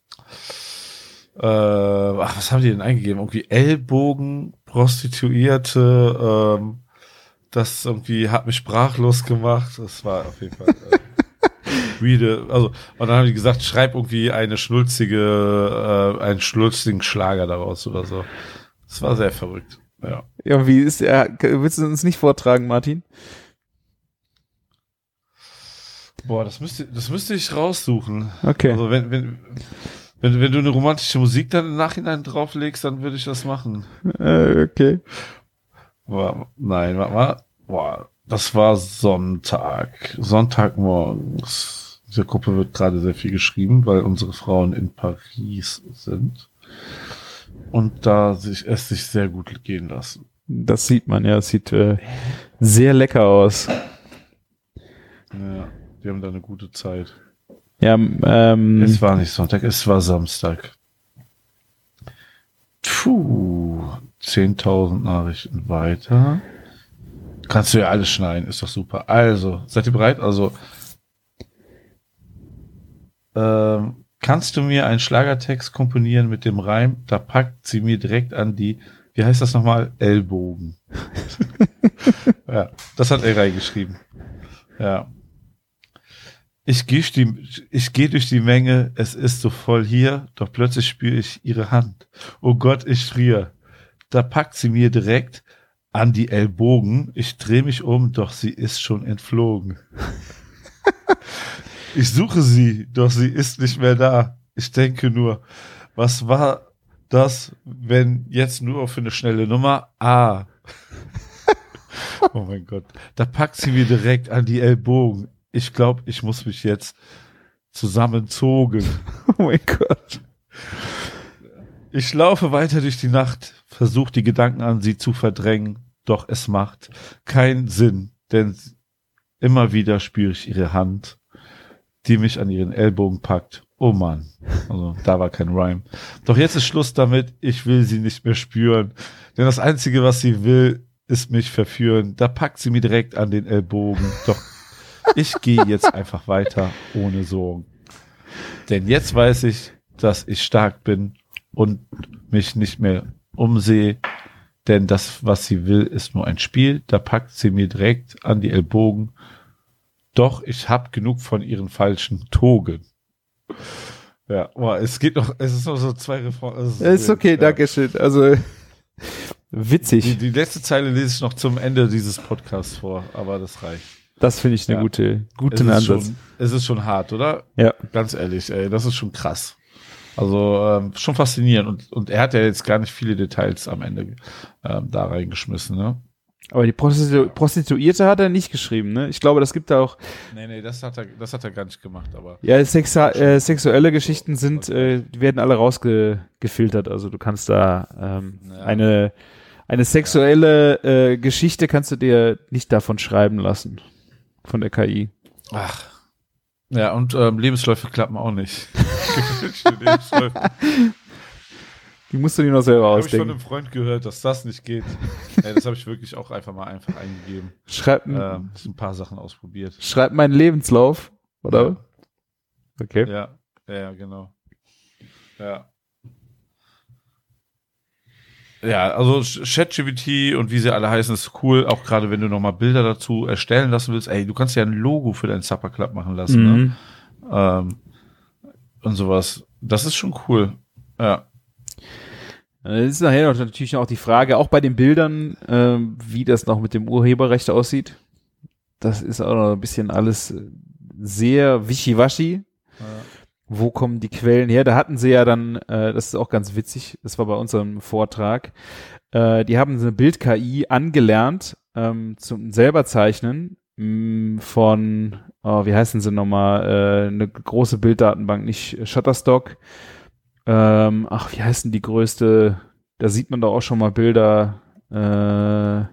äh, ach, was haben die denn eingegeben? Irgendwie Ellbogen, Prostituierte, ähm, das irgendwie hat mich sprachlos gemacht. Das war auf jeden Fall äh, weirde, also, und dann haben die gesagt, schreib irgendwie eine schnulzige, äh, einen schnulzigen Schlager daraus oder so. Das war sehr verrückt. Ja. Ja, wie ist er? Willst du uns nicht vortragen, Martin? Boah, das müsste, das müsste ich raussuchen. Okay. Also wenn, wenn, wenn, wenn du eine romantische Musik dann im Nachhinein drauflegst, dann würde ich das machen. Äh, okay. Boah, nein, warte mal. Boah, das war Sonntag. Sonntagmorgens. Diese Gruppe wird gerade sehr viel geschrieben, weil unsere Frauen in Paris sind. Und da sich es sich sehr gut gehen lassen. Das sieht man, ja. Es sieht äh, sehr lecker aus. Ja, die haben da eine gute Zeit. Ja, ähm. Es war nicht Sonntag, es war Samstag. Puh, zehntausend Nachrichten weiter. Kannst du ja alles schneiden, ist doch super. Also, seid ihr bereit? Also, ähm, kannst du mir einen Schlagertext komponieren mit dem Reim? Da packt sie mir direkt an die, wie heißt das nochmal? Ellbogen. Ja, das hat er reingeschrieben. Ja. Ich gehe die, ich gehe durch die Menge, es ist so voll hier, doch plötzlich spüre ich ihre Hand. Oh Gott, ich friere. Da packt sie mir direkt an die Ellbogen. Ich drehe mich um, doch sie ist schon entflogen. Ich suche sie, doch sie ist nicht mehr da. Ich denke nur, was war das, wenn jetzt nur für eine schnelle Nummer? Ah. Oh mein Gott. Da packt sie mir direkt an die Ellbogen. Ich glaube, ich muss mich jetzt zusammenzogen. Oh mein Gott. Ich laufe weiter durch die Nacht, versuche die Gedanken an sie zu verdrängen, doch es macht keinen Sinn, denn immer wieder spüre ich ihre Hand, die mich an ihren Ellbogen packt. Oh Mann, also da war kein Rhyme. Doch jetzt ist Schluss damit, ich will sie nicht mehr spüren, denn das Einzige, was sie will, ist mich verführen. Da packt sie mir direkt an den Ellbogen, doch ich gehe jetzt einfach weiter ohne Sorgen. Denn jetzt weiß ich, dass ich stark bin und mich nicht mehr umsehe, denn das, was sie will, ist nur ein Spiel. Da packt sie mir direkt an die Ellbogen. Doch ich habe genug von ihren falschen Togen. Ja, oh, es geht noch, es ist noch so zwei Refrain. Ist, ist okay, ja. Danke schön. Also witzig. Die, die letzte Zeile lese ich noch zum Ende dieses Podcasts vor, aber das reicht. Das finde ich eine ja. gute, guten es Ansatz. Schon, es ist schon hart, oder? Ja. Ganz ehrlich, ey, das ist schon krass. Also ähm, schon faszinierend. Und, und er hat ja jetzt gar nicht viele Details am Ende ähm, da reingeschmissen, ne? Aber die Prostitu- Prostituierte hat er nicht geschrieben, ne? Ich glaube, das gibt da auch. Nee, nee, das hat er, das hat er gar nicht gemacht, aber. Ja, sexa- äh, sexuelle Geschichten sind, äh, die werden alle rausgefiltert. Also du kannst da ähm, ja. eine, eine sexuelle äh, Geschichte kannst du dir nicht davon schreiben lassen. Von der K I. Ach. Ja, und ähm, Lebensläufe klappen auch nicht. Die musst du dir noch selber hab ausdenken. Habe ich von einem Freund gehört, dass das nicht geht. Ja, das habe ich wirklich auch einfach mal einfach eingegeben. Schreib ähm, ein paar Sachen ausprobiert. Schreib meinen Lebenslauf, oder? Ja. Okay. Ja, ja, genau. Ja. Ja, also ChatGPT und wie sie alle heißen, ist cool, auch gerade wenn du nochmal Bilder dazu erstellen lassen willst. Ey, du kannst ja ein Logo für deinen Supper Club machen lassen, mhm. ne? Ähm, und sowas. Das ist schon cool. Ja. Das ist nachher noch natürlich auch die Frage, auch bei den Bildern, ähm, wie das noch mit dem Urheberrecht aussieht. Das ist auch noch ein bisschen alles sehr wischiwaschi. Ja. Wo kommen die Quellen her? Da hatten sie ja dann, äh, das ist auch ganz witzig, das war bei unserem Vortrag, äh, die haben so eine Bild-K I angelernt ähm, zum selber zeichnen mh, von, oh, wie heißen sie nochmal, äh, eine große Bilddatenbank, nicht Shutterstock, ähm, ach, wie heißt denn die größte, da sieht man doch auch schon mal Bilder, äh,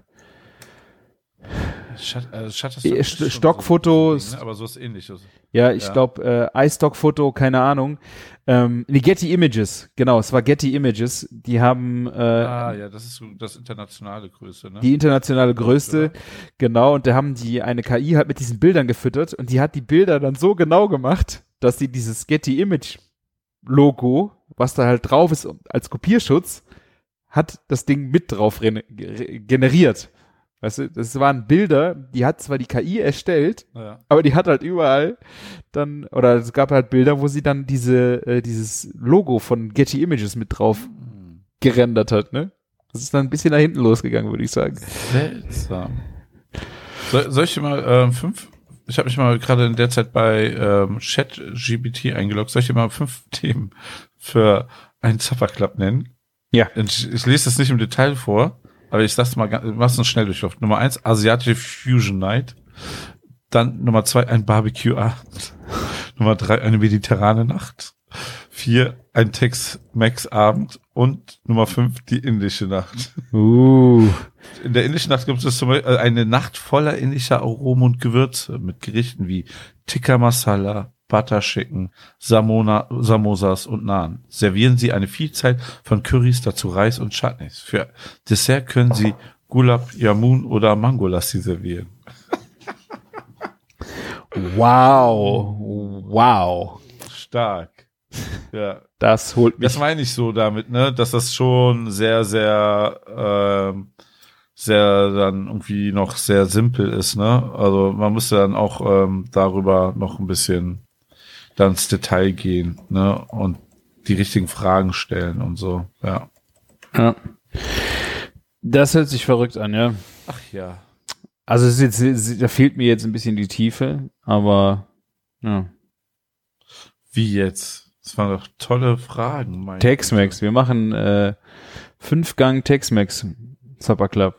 Shut, also Shutterstock St- Stockfoto, so, ne? Aber so ist ähnliches. Ja, ich ja. glaube, äh, iStock-Foto, keine Ahnung. Ähm, nee, Getty Images, genau, es war Getty Images. Die haben äh, Ah, ja, das ist so das internationale Größte, ne? Die internationale Größte, ja. Genau, und da haben die eine K I halt mit diesen Bildern gefüttert und die hat die Bilder dann so genau gemacht, dass sie dieses Getty Image-Logo, was da halt drauf ist als Kopierschutz, hat das Ding mit drauf re- generiert. Weißt du, das waren Bilder, die hat zwar die K I erstellt, ja. aber die hat halt überall dann, oder es gab halt Bilder, wo sie dann diese, äh, dieses Logo von Getty Images mit drauf mhm. gerendert hat, ne? Das ist dann ein bisschen nach hinten losgegangen, würde ich sagen. Seltsam. So, soll ich dir mal ähm, fünf, ich habe mich mal gerade in der Zeit bei ähm, ChatGPT eingeloggt, soll ich dir mal fünf Themen für einen Supper Club nennen? Ja. Ich, ich lese das nicht im Detail vor. Aber ich sag's mal, mach's uns schnell durchlauf. Nummer eins, asiatische Fusion Night. Dann Nummer zwei, ein Barbecue-Abend. Nummer drei, eine mediterrane Nacht. Vier, ein Tex-Mex-Abend. Und Nummer fünf, die indische Nacht. Uh. In der indischen Nacht gibt es zum Beispiel eine Nacht voller indischer Aromen und Gewürze mit Gerichten wie Tikka Masala, Butter Chicken, Samona, Samosas und Naan. Servieren Sie eine Vielzahl von Currys, dazu Reis und Chutneys. Für Dessert können Sie Gulab Jamun oder Mango Lassi servieren. Wow. Wow. Stark. Ja. Das holt mich. Das meine ich so damit, ne, dass das schon sehr, sehr, ähm, sehr dann irgendwie noch sehr simpel ist, ne? Also man müsste dann auch ähm, darüber noch ein bisschen dann ins Detail gehen, ne? Und die richtigen Fragen stellen und so, ja. Ja. Das hört sich verrückt an, ja. Ach ja. Also es ist jetzt, da fehlt mir jetzt ein bisschen die Tiefe, aber ja. Wie jetzt? Das waren doch tolle Fragen, mein Tex-Mex, wir machen äh, Fünf-Gang Tex-Mex Supper Club.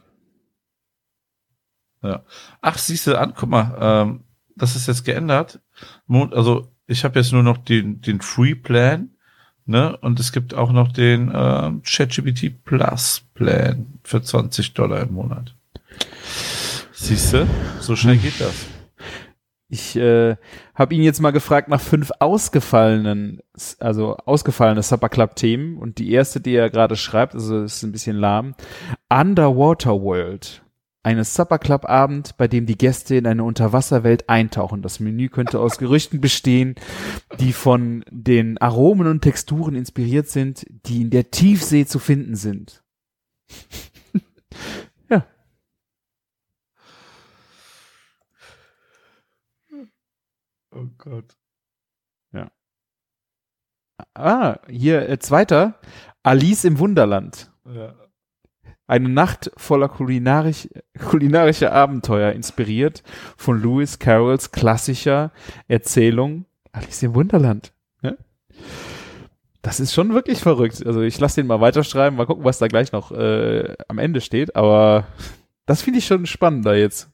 Ja. Ach, siehst du an, guck mal, ähm, das ist jetzt geändert. Mon- Also ich habe jetzt nur noch den den Free Plan, ne? Und es gibt auch noch den ähm, ChatGPT Plus Plan für zwanzig Dollar im Monat. Siehst du? So schnell geht das. Ich äh, habe ihn jetzt mal gefragt nach fünf ausgefallenen, also ausgefallene Supper Club Themen und die erste, die er gerade schreibt, also ist ein bisschen lahm. Underwater World. Eine Supper Club Abend, bei dem die Gäste in eine Unterwasserwelt eintauchen. Das Menü könnte aus Gerüchten bestehen, die von den Aromen und Texturen inspiriert sind, die in der Tiefsee zu finden sind. Ja. Oh Gott. Ja. Ah, hier äh, zweiter. Alice im Wunderland. Ja. Eine Nacht voller kulinarisch, kulinarischer Abenteuer, inspiriert von Lewis Carrolls klassischer Erzählung Alice im Wunderland. Ja? Das ist schon wirklich verrückt. Also ich lasse den mal weiterschreiben, mal gucken, was da gleich noch äh, am Ende steht. Aber das finde ich schon spannender jetzt.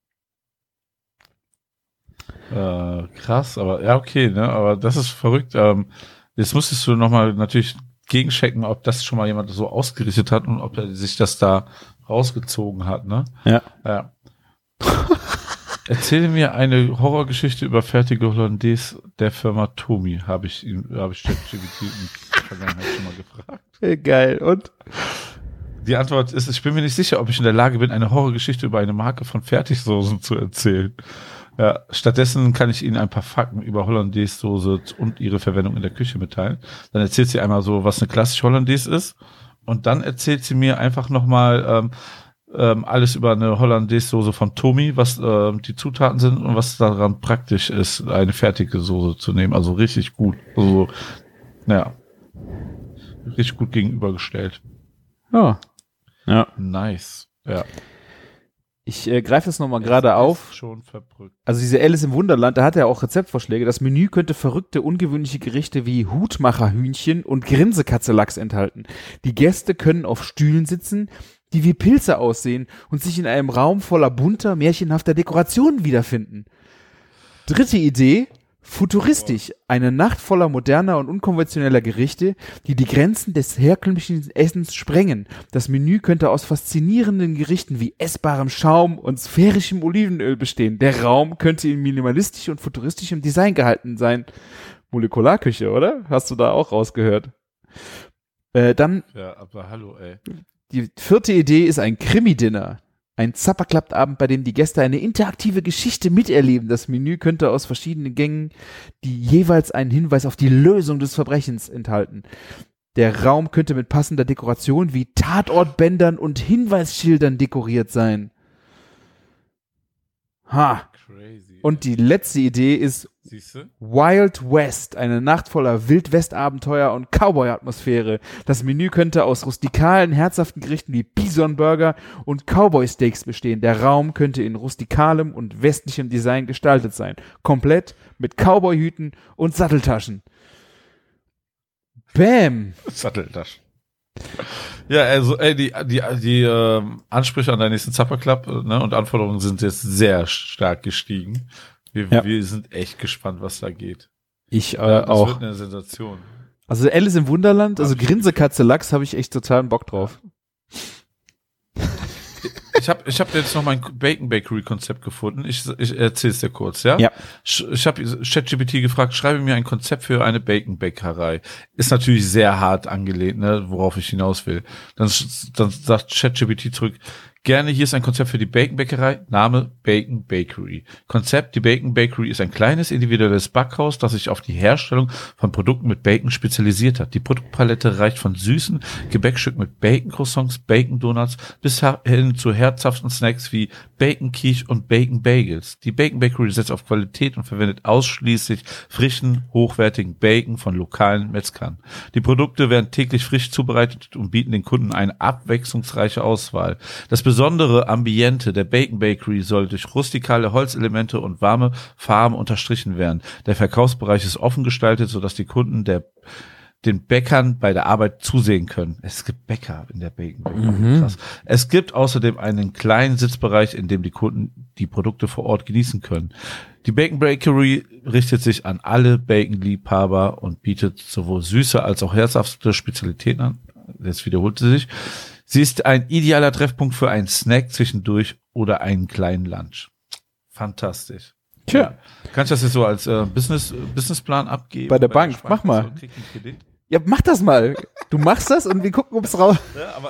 Äh, krass, aber ja, okay, ne? Aber das ist verrückt. Ähm, jetzt musstest du nochmal natürlich gegenchecken, ob das schon mal jemand so ausgerichtet hat und ob er sich das da rausgezogen hat, ne? Ja. Ja. Erzähle mir eine Horrorgeschichte über fertige Hollandaise der Firma Tomi, habe ich ihn, habe ich ChatGPT in der Vergangenheit schon mal gefragt. Geil. Und? Die Antwort ist, ich bin mir nicht sicher, ob ich in der Lage bin, eine Horrorgeschichte über eine Marke von Fertigsoßen zu erzählen. Ja, stattdessen kann ich Ihnen ein paar Fakten über Hollandaise-Soße und ihre Verwendung in der Küche mitteilen. Dann erzählt sie einmal so, was eine klassische Hollandaise ist. Und dann erzählt sie mir einfach nochmal ähm, ähm, alles über eine Hollandaise-Soße von Tomi, was ähm, die Zutaten sind und was daran praktisch ist, eine fertige Soße zu nehmen. Also richtig gut. Also, naja, richtig gut gegenübergestellt. Ja. Ja. Nice. Ja. Ich äh, greife das nochmal gerade auf. Schon verbrückt. Also diese Alice im Wunderland, da hat er auch Rezeptvorschläge. Das Menü könnte verrückte, ungewöhnliche Gerichte wie Hutmacherhühnchen und Grinsekatzlachs enthalten. Die Gäste können auf Stühlen sitzen, die wie Pilze aussehen und sich in einem Raum voller bunter, märchenhafter Dekorationen wiederfinden. Dritte Idee, futuristisch. Eine Nacht voller moderner und unkonventioneller Gerichte, die die Grenzen des herkömmlichen Essens sprengen. Das Menü könnte aus faszinierenden Gerichten wie essbarem Schaum und sphärischem Olivenöl bestehen. Der Raum könnte in minimalistisch und futuristischem Design gehalten sein. Molekularküche, oder? Hast du da auch rausgehört? Äh, dann Ja, aber hallo, ey. die vierte Idee ist ein Krimi-Dinner. Ein Supper-Club-Abend, bei dem die Gäste eine interaktive Geschichte miterleben. Das Menü könnte aus verschiedenen Gängen, die jeweils einen Hinweis auf die Lösung des Verbrechens enthalten. Der Raum könnte mit passender Dekoration wie Tatortbändern und Hinweisschildern dekoriert sein. Ha! Crazy. Und die letzte Idee ist Siehst du? Wild West, eine Nacht voller Wildwest-Abenteuer und Cowboy-Atmosphäre. Das Menü könnte aus rustikalen, herzhaften Gerichten wie Bison-Burger und Cowboy-Steaks bestehen. Der Raum könnte in rustikalem und westlichem Design gestaltet sein. Komplett mit Cowboy-Hüten und Satteltaschen. Bam! Satteltaschen. Ja, also ey, die die die ähm, Ansprüche an deinen nächsten Supper Club, äh, ne, und Anforderungen sind jetzt sehr stark gestiegen. Wir, Ja. wir sind echt gespannt, was da geht. Ich äh, das auch. wird eine Sensation. Also Alice im Wunderland, also Hab ich Grinsekatze Lachs, habe ich echt totalen Bock drauf. Ich habe ich hab jetzt noch mein Bacon Bakery Konzept gefunden. Ich, ich erzähl's dir kurz, ja? Ja. Sch- Ich habe ChatGPT gefragt, schreibe mir ein Konzept für eine Bacon Bäckerei. Ist natürlich sehr hart angelehnt, ne, worauf ich hinaus will. Dann, dann sagt ChatGPT zurück, Gerne, hier ist ein Konzept für die Bacon-Bäckerei. Name Bacon Bakery. Konzept, die Bacon Bakery ist ein kleines individuelles Backhaus, das sich auf die Herstellung von Produkten mit Bacon spezialisiert hat. Die Produktpalette reicht von süßen Gebäckstücken mit Bacon-Croissants, Bacon-Donuts bis hin zu herzhaften Snacks wie Bacon-Quiche und Bacon-Bagels. Die Bacon Bakery setzt auf Qualität und verwendet ausschließlich frischen, hochwertigen Bacon von lokalen Metzgern. Die Produkte werden täglich frisch zubereitet und bieten den Kunden eine abwechslungsreiche Auswahl. Das besondere Ambiente der Bacon Bakery soll durch rustikale Holzelemente und warme Farben unterstrichen werden. Der Verkaufsbereich ist offen gestaltet, sodass die Kunden der den Bäckern bei der Arbeit zusehen können. Es gibt Bäcker in der Bacon Bakery. Mhm. Krass. Es gibt außerdem einen kleinen Sitzbereich, in dem die Kunden die Produkte vor Ort genießen können. Die Bacon Bakery richtet sich an alle Bacon-Liebhaber und bietet sowohl süße als auch herzhafte Spezialitäten an. Jetzt wiederholt sie sich. Sie ist ein idealer Treffpunkt für einen Snack zwischendurch oder einen kleinen Lunch. Fantastisch. Tja. Ja. Kannst du das jetzt so als äh, Business Businessplan abgeben? Bei der Bei Bank, der mach mal. So, ja, mach das mal. Du machst das und wir gucken, ob es raus... Ja, aber,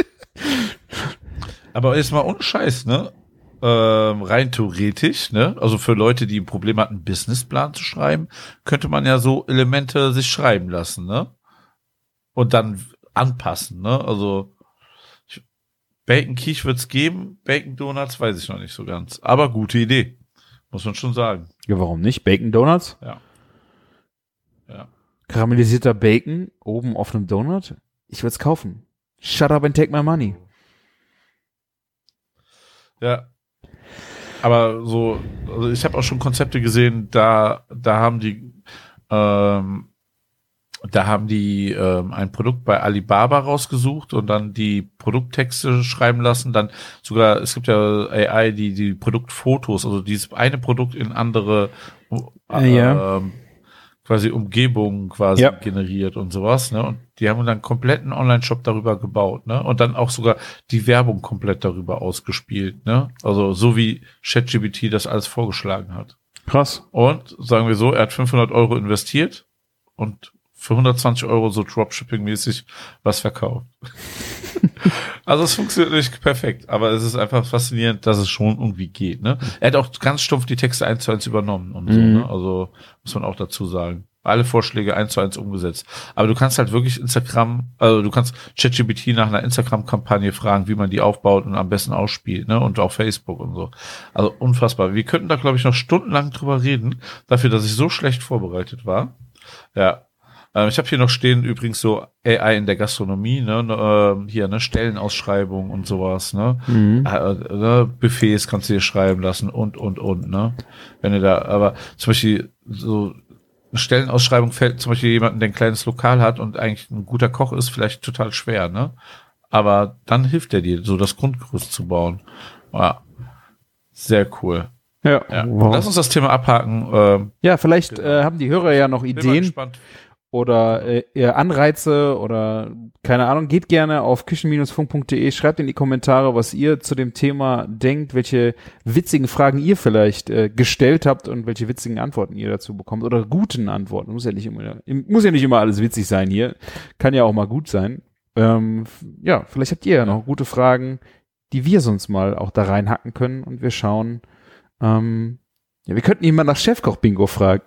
aber jetzt mal ohne Scheiß, ne? Ähm, rein theoretisch, ne? Also für Leute, die ein Problem hatten, einen Businessplan zu schreiben, könnte man ja so Elemente sich schreiben lassen, ne? Und dann anpassen, ne? Also Bacon Quiche wird's geben, Bacon Donuts weiß ich noch nicht so ganz. Aber gute Idee, muss man schon sagen. Ja, warum nicht? Bacon Donuts? Ja. Ja. Karamellisierter Bacon oben auf einem Donut? Ich würde es kaufen. Shut up and take my money. Ja. Aber so, also ich habe auch schon Konzepte gesehen, da, da haben die, ähm, da haben die ähm, ein Produkt bei Alibaba rausgesucht und dann die Produkttexte schreiben lassen. Dann sogar, es gibt ja A I, die die Produktfotos, also dieses eine Produkt in andere äh, ja. ähm, quasi Umgebungen quasi ja. generiert und sowas, ne? Und die haben dann einen kompletten Online-Shop darüber gebaut, ne? Und dann auch sogar die Werbung komplett darüber ausgespielt, ne? Also so wie ChatGPT das alles vorgeschlagen hat. Krass. Und sagen wir so, er hat fünfhundert Euro investiert und für hundertzwanzig Euro so Dropshipping-mäßig was verkauft. Also es funktioniert nicht perfekt, aber es ist einfach faszinierend, dass es schon irgendwie geht, ne? Er hat auch ganz stumpf die Texte eins zu eins übernommen und so, mhm. ne? Also muss man auch dazu sagen. Alle Vorschläge eins zu eins umgesetzt. Aber du kannst halt wirklich Instagram, also du kannst ChatGPT nach einer Instagram-Kampagne fragen, wie man die aufbaut und am besten ausspielt, ne? Und auch Facebook und so. Also unfassbar. Wir könnten da, glaube ich, noch stundenlang drüber reden, dafür, dass ich so schlecht vorbereitet war. Ja. Ich habe hier noch stehen übrigens so A I in der Gastronomie, ne, äh, hier ne Stellenausschreibung und sowas, ne, mhm. äh, ne, Buffets kannst du dir schreiben lassen und und und, ne, wenn du da, aber zum Beispiel so eine Stellenausschreibung fällt zum Beispiel jemanden, der ein kleines Lokal hat und eigentlich ein guter Koch ist, vielleicht total schwer, ne, aber dann hilft er dir, so das Grundgerüst zu bauen. Ja, sehr cool. Ja. ja. Wow. Lass uns das Thema abhaken. Ähm, ja, vielleicht äh, haben die Hörer ja noch Ideen. Oder äh, Anreize oder keine Ahnung, geht gerne auf küchen Bindestrich funk punkt de, schreibt in die Kommentare, was ihr zu dem Thema denkt, welche witzigen Fragen ihr vielleicht äh, gestellt habt und welche witzigen Antworten ihr dazu bekommt oder guten Antworten. Muss ja nicht immer, muss ja nicht immer alles witzig sein hier, kann ja auch mal gut sein. Ähm, ja, vielleicht habt ihr ja noch gute Fragen, die wir sonst mal auch da reinhacken können und wir schauen. Ähm, ja, wir könnten ihn mal nach Chefkoch-Bingo fragen.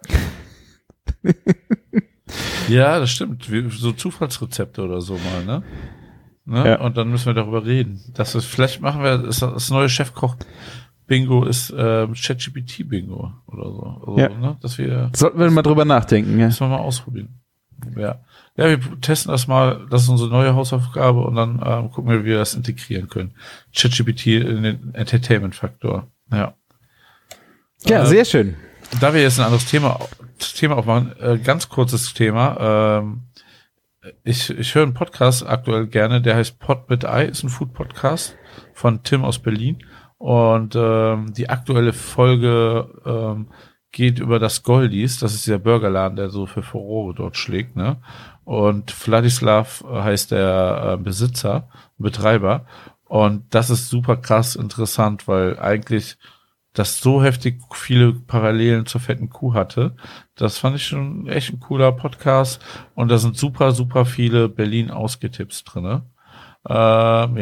Ja, das stimmt. Wie, so Zufallsrezepte oder so mal, ne? ne? Ja. Und dann müssen wir darüber reden. Das ist, vielleicht machen wir das, das neue Chefkoch-Bingo ist äh, ChatGPT-Bingo oder so. Also, ja. ne? Dass wir, Sollten wir das, mal drüber nachdenken, ja. Müssen wir mal ausprobieren. Ja. Ja, wir testen das mal, das ist unsere neue Hausaufgabe und dann ähm, gucken wir, wie wir das integrieren können. ChatGPT in den Entertainment-Faktor. Ja. Ja, äh, sehr schön. Da wir jetzt ein anderes Thema Thema aufmachen, äh, ganz kurzes Thema. Ähm, ich ich höre einen Podcast aktuell gerne, der heißt Pod mit Ei, ist ein Food-Podcast von Tim aus Berlin. Und ähm, die aktuelle Folge ähm, geht über das Goldies, das ist der Burgerladen, der so für Furore dort schlägt, ne? Und Vladislav heißt der äh, Besitzer, Betreiber. Und das ist super krass interessant, weil eigentlich das so heftig viele Parallelen zur fetten Kuh hatte. Das fand ich schon echt ein cooler Podcast. Und da sind super, super viele Berlin-Ausgetipps drinne. Ähm, ja,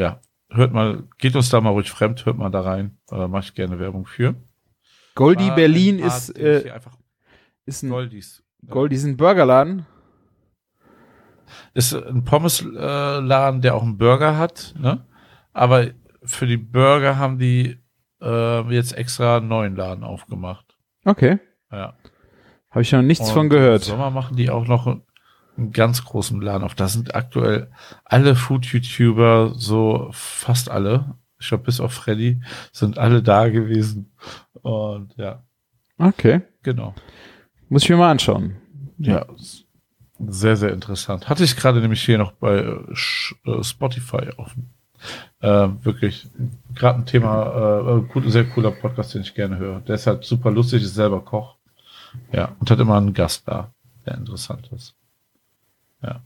hört mal, geht uns da mal ruhig fremd, hört mal da rein. Da mache ich gerne Werbung für. Goldie War Berlin ein Part, ist, den ich äh, hier einfach ist ein Goldies. Goldie ist ein Burgerladen. Ist ein Pommesladen, der auch einen Burger hat, ne? Aber für die Burger haben die äh, jetzt extra einen neuen Laden aufgemacht. Okay. Ja. Habe ich noch nichts Und von gehört. Im Sommer machen die auch noch einen ganz großen Laden auf. Da sind aktuell alle Food-YouTuber, so fast alle, ich glaube bis auf Freddy, sind alle da gewesen. Und ja. Okay. Genau. Muss ich mir mal anschauen. Ja. Sehr, sehr interessant. Hatte ich gerade nämlich hier noch bei äh, Spotify offen. Äh, wirklich, gerade ein Thema, äh, gut, sehr cooler Podcast, den ich gerne höre. Der ist halt super lustig, ist selber Koch. Ja, und hat immer einen Gast da, der interessant ist. Ja.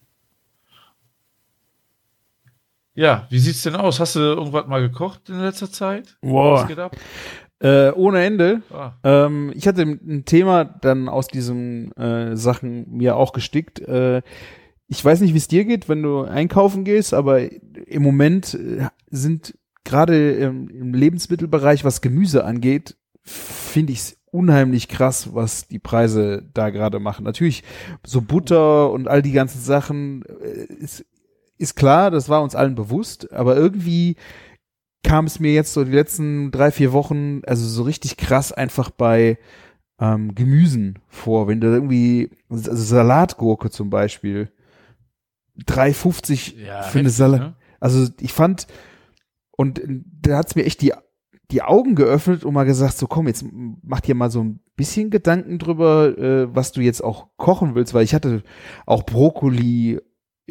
Ja, wie sieht's denn aus? Hast du irgendwas mal gekocht in letzter Zeit? Wow. Was geht ab? Äh, ohne Ende. Ah. Ähm, ich hatte ein Thema dann aus diesen äh, Sachen mir auch gestickt. Äh, ich weiß nicht, wie es dir geht, wenn du einkaufen gehst, aber im Moment äh, sind gerade im, im Lebensmittelbereich, was Gemüse angeht, finde ich es unheimlich krass, was die Preise da gerade machen. Natürlich so Butter und all die ganzen Sachen äh, ist, ist klar, das war uns allen bewusst, aber irgendwie kam es mir jetzt so die letzten drei, vier Wochen, also so richtig krass einfach bei ähm, Gemüsen vor. Wenn du irgendwie, also Salatgurke zum Beispiel, drei fünfzig Ja, für eine heftig, Salat. ne? Also ich fand, und da hat's mir echt die, die Augen geöffnet und mal gesagt, so komm, jetzt mach dir mal so ein bisschen Gedanken drüber, äh, was du jetzt auch kochen willst, weil ich hatte auch Brokkoli,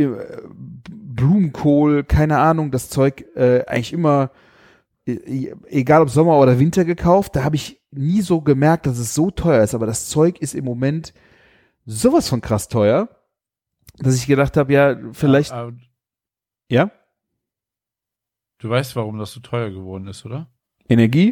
Blumenkohl, keine Ahnung, das Zeug äh, eigentlich immer, e- egal ob Sommer oder Winter gekauft, da habe ich nie so gemerkt, dass es so teuer ist, aber das Zeug ist im Moment sowas von krass teuer, dass ich gedacht habe, ja, vielleicht, Ah, ah, ja, du weißt, warum das so teuer geworden ist, oder? Energie?